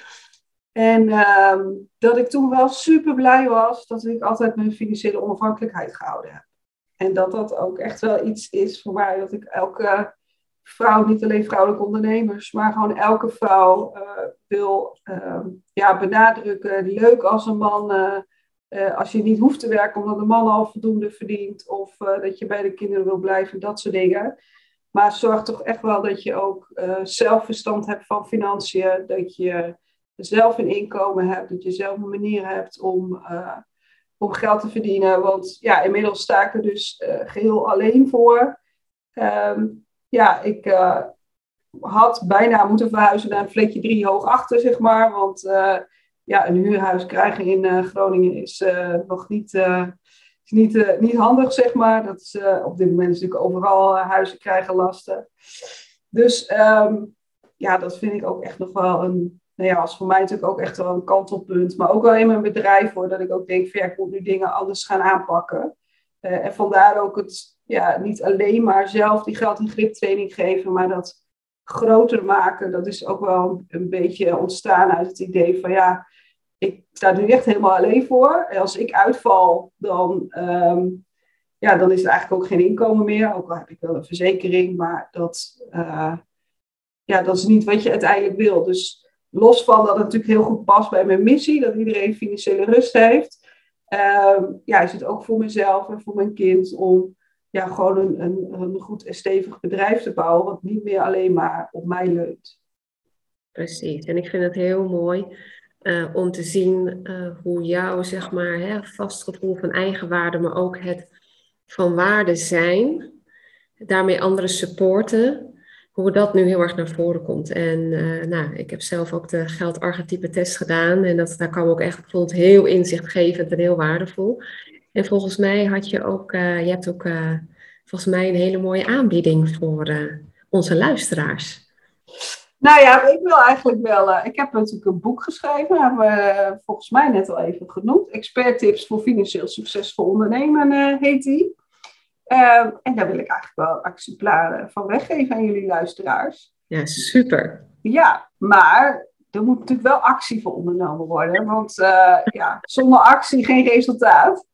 [SPEAKER 2] En dat ik toen wel super blij was dat ik altijd mijn financiële onafhankelijkheid gehouden heb. En dat ook echt wel iets is voor mij, dat ik elke vrouw, niet alleen vrouwelijke ondernemers, maar gewoon elke vrouw wil benadrukken. Leuk als een man, als je niet hoeft te werken omdat de man al voldoende verdient, of dat je bij de kinderen wil blijven, dat soort dingen. Maar zorg toch echt wel dat je ook zelf verstand hebt van financiën, dat je zelf een inkomen hebt, dat je zelf een manier hebt om geld te verdienen. Want ja, inmiddels sta ik er dus geheel alleen voor. Ik had bijna moeten verhuizen naar een flatje 3 hoog achter, zeg maar. Want een huurhuis krijgen in Groningen is nog niet handig, zeg maar. Dat is op dit moment natuurlijk overal huizen krijgen lasten. Dus dat vind ik ook echt nog wel een... Nou ja, als voor mij natuurlijk ook echt wel een kantelpunt. Maar ook wel in mijn bedrijf, hoor. Dat ik ook denk, ik moet nu dingen anders gaan aanpakken. En vandaar ook het niet alleen maar zelf die geld- en griptraining geven. Maar dat groter maken. Dat is ook wel een beetje ontstaan uit het idee van ik sta nu echt helemaal alleen voor. En als ik uitval, dan is er eigenlijk ook geen inkomen meer. Ook al heb ik wel een verzekering. Maar dat is niet wat je uiteindelijk wil. Dus los van dat het natuurlijk heel goed past bij mijn missie, dat iedereen financiële rust heeft, is het ook voor mezelf en voor mijn kind om gewoon een goed en stevig bedrijf te bouwen, wat niet meer alleen maar op mij leunt.
[SPEAKER 3] Precies, en ik vind het heel mooi om te zien hoe jouw, zeg maar, vast gevoel van eigenwaarde, maar ook het van waarde zijn, daarmee anderen supporten, hoe dat nu heel erg naar voren komt. En ik heb zelf ook de geldarchetype test gedaan. En daar kwam ook echt, ik vond het heel inzichtgevend en heel waardevol. En volgens mij had je ook, je hebt ook volgens mij een hele mooie aanbieding voor onze luisteraars.
[SPEAKER 2] Nou ja, ik wil eigenlijk wel... ik heb natuurlijk een boek geschreven, hebben we volgens mij net al even genoemd. Expert tips voor financieel succesvol ondernemen heet die. En daar wil ik eigenlijk wel exemplaren van weggeven aan jullie luisteraars.
[SPEAKER 3] Ja, super.
[SPEAKER 2] Ja, maar er moet natuurlijk wel actie voor ondernomen worden. Want zonder actie geen resultaat.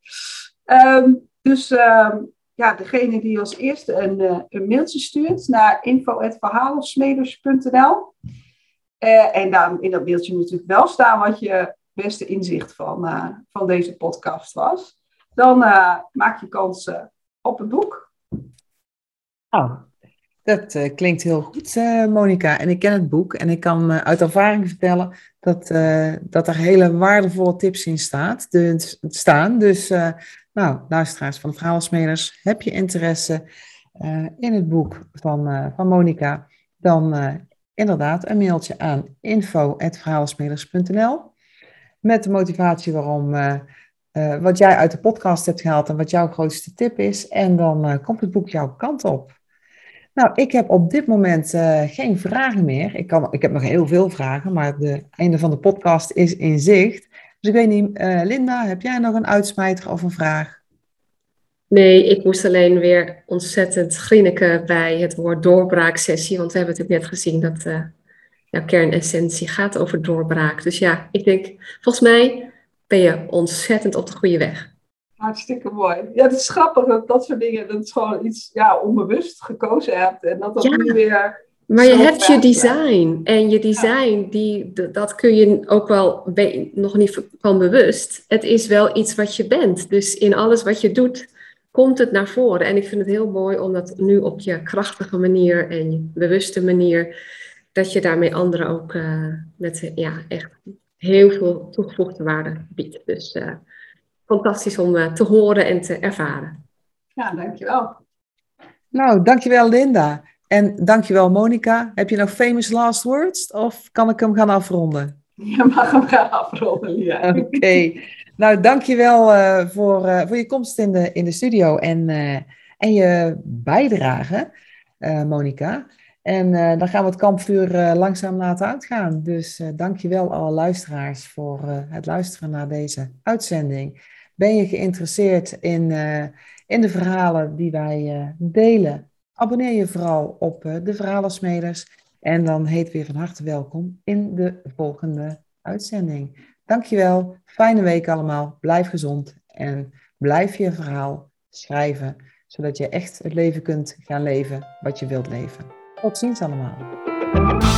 [SPEAKER 2] Degene die als eerste een mailtje stuurt naar info@verhalensmeders.nl. En dan in dat mailtje moet natuurlijk wel staan wat je beste inzicht van deze podcast was. Dan maak je kans op het boek.
[SPEAKER 1] Oh, dat klinkt heel goed, Monica. En ik ken het boek en ik kan uit ervaring vertellen dat er hele waardevolle tips in staan. Dus luisteraars van de Verhalensmeders, heb je interesse in het boek van Monica, dan inderdaad een mailtje aan info@verhalensmeders.nl met de motivatie waarom wat jij uit de podcast hebt gehaald en wat jouw grootste tip is. En dan komt het boek jouw kant op. Nou, ik heb op dit moment geen vragen meer. Ik heb nog heel veel vragen, maar het einde van de podcast is in zicht. Dus ik weet niet, Linda, heb jij nog een uitsmijter of een vraag?
[SPEAKER 3] Nee, ik moest alleen weer ontzettend grinniken bij het woord doorbraaksessie. Want we hebben natuurlijk net gezien dat jouw kernessentie gaat over doorbraak. Dus ja, ik denk, volgens mij ben je ontzettend op de goede weg.
[SPEAKER 2] Hartstikke mooi. Ja, het is grappig dat soort dingen, dat is gewoon iets onbewust gekozen hebt. En dat nu weer...
[SPEAKER 3] Maar je hebt je design. En je design, dat kun je ook wel nog niet van bewust. Het is wel iets wat je bent. Dus in alles wat je doet, komt het naar voren. En ik vind het heel mooi om dat nu op je krachtige manier en je bewuste manier, dat je daarmee anderen ook met echt heel veel toegevoegde waarde biedt. Dus fantastisch om te horen en te ervaren.
[SPEAKER 2] Ja, dankjewel.
[SPEAKER 1] Nou, dankjewel Linda. En dankjewel Monica. Heb je nog famous last words of kan ik hem gaan afronden?
[SPEAKER 2] Je mag hem gaan afronden, ja.
[SPEAKER 1] Oké. Nou, dankjewel voor je komst in de studio en je bijdrage, Monica. En dan gaan we het kampvuur langzaam laten uitgaan. Dus dankjewel alle luisteraars voor het luisteren naar deze uitzending. Ben je geïnteresseerd in de verhalen die wij delen? Abonneer je vooral op de Verhalensmeders. En dan heet weer van harte welkom in de volgende uitzending. Dankjewel, fijne week allemaal, blijf gezond en blijf je verhaal schrijven, zodat je echt het leven kunt gaan leven wat je wilt leven. Tot ziens allemaal.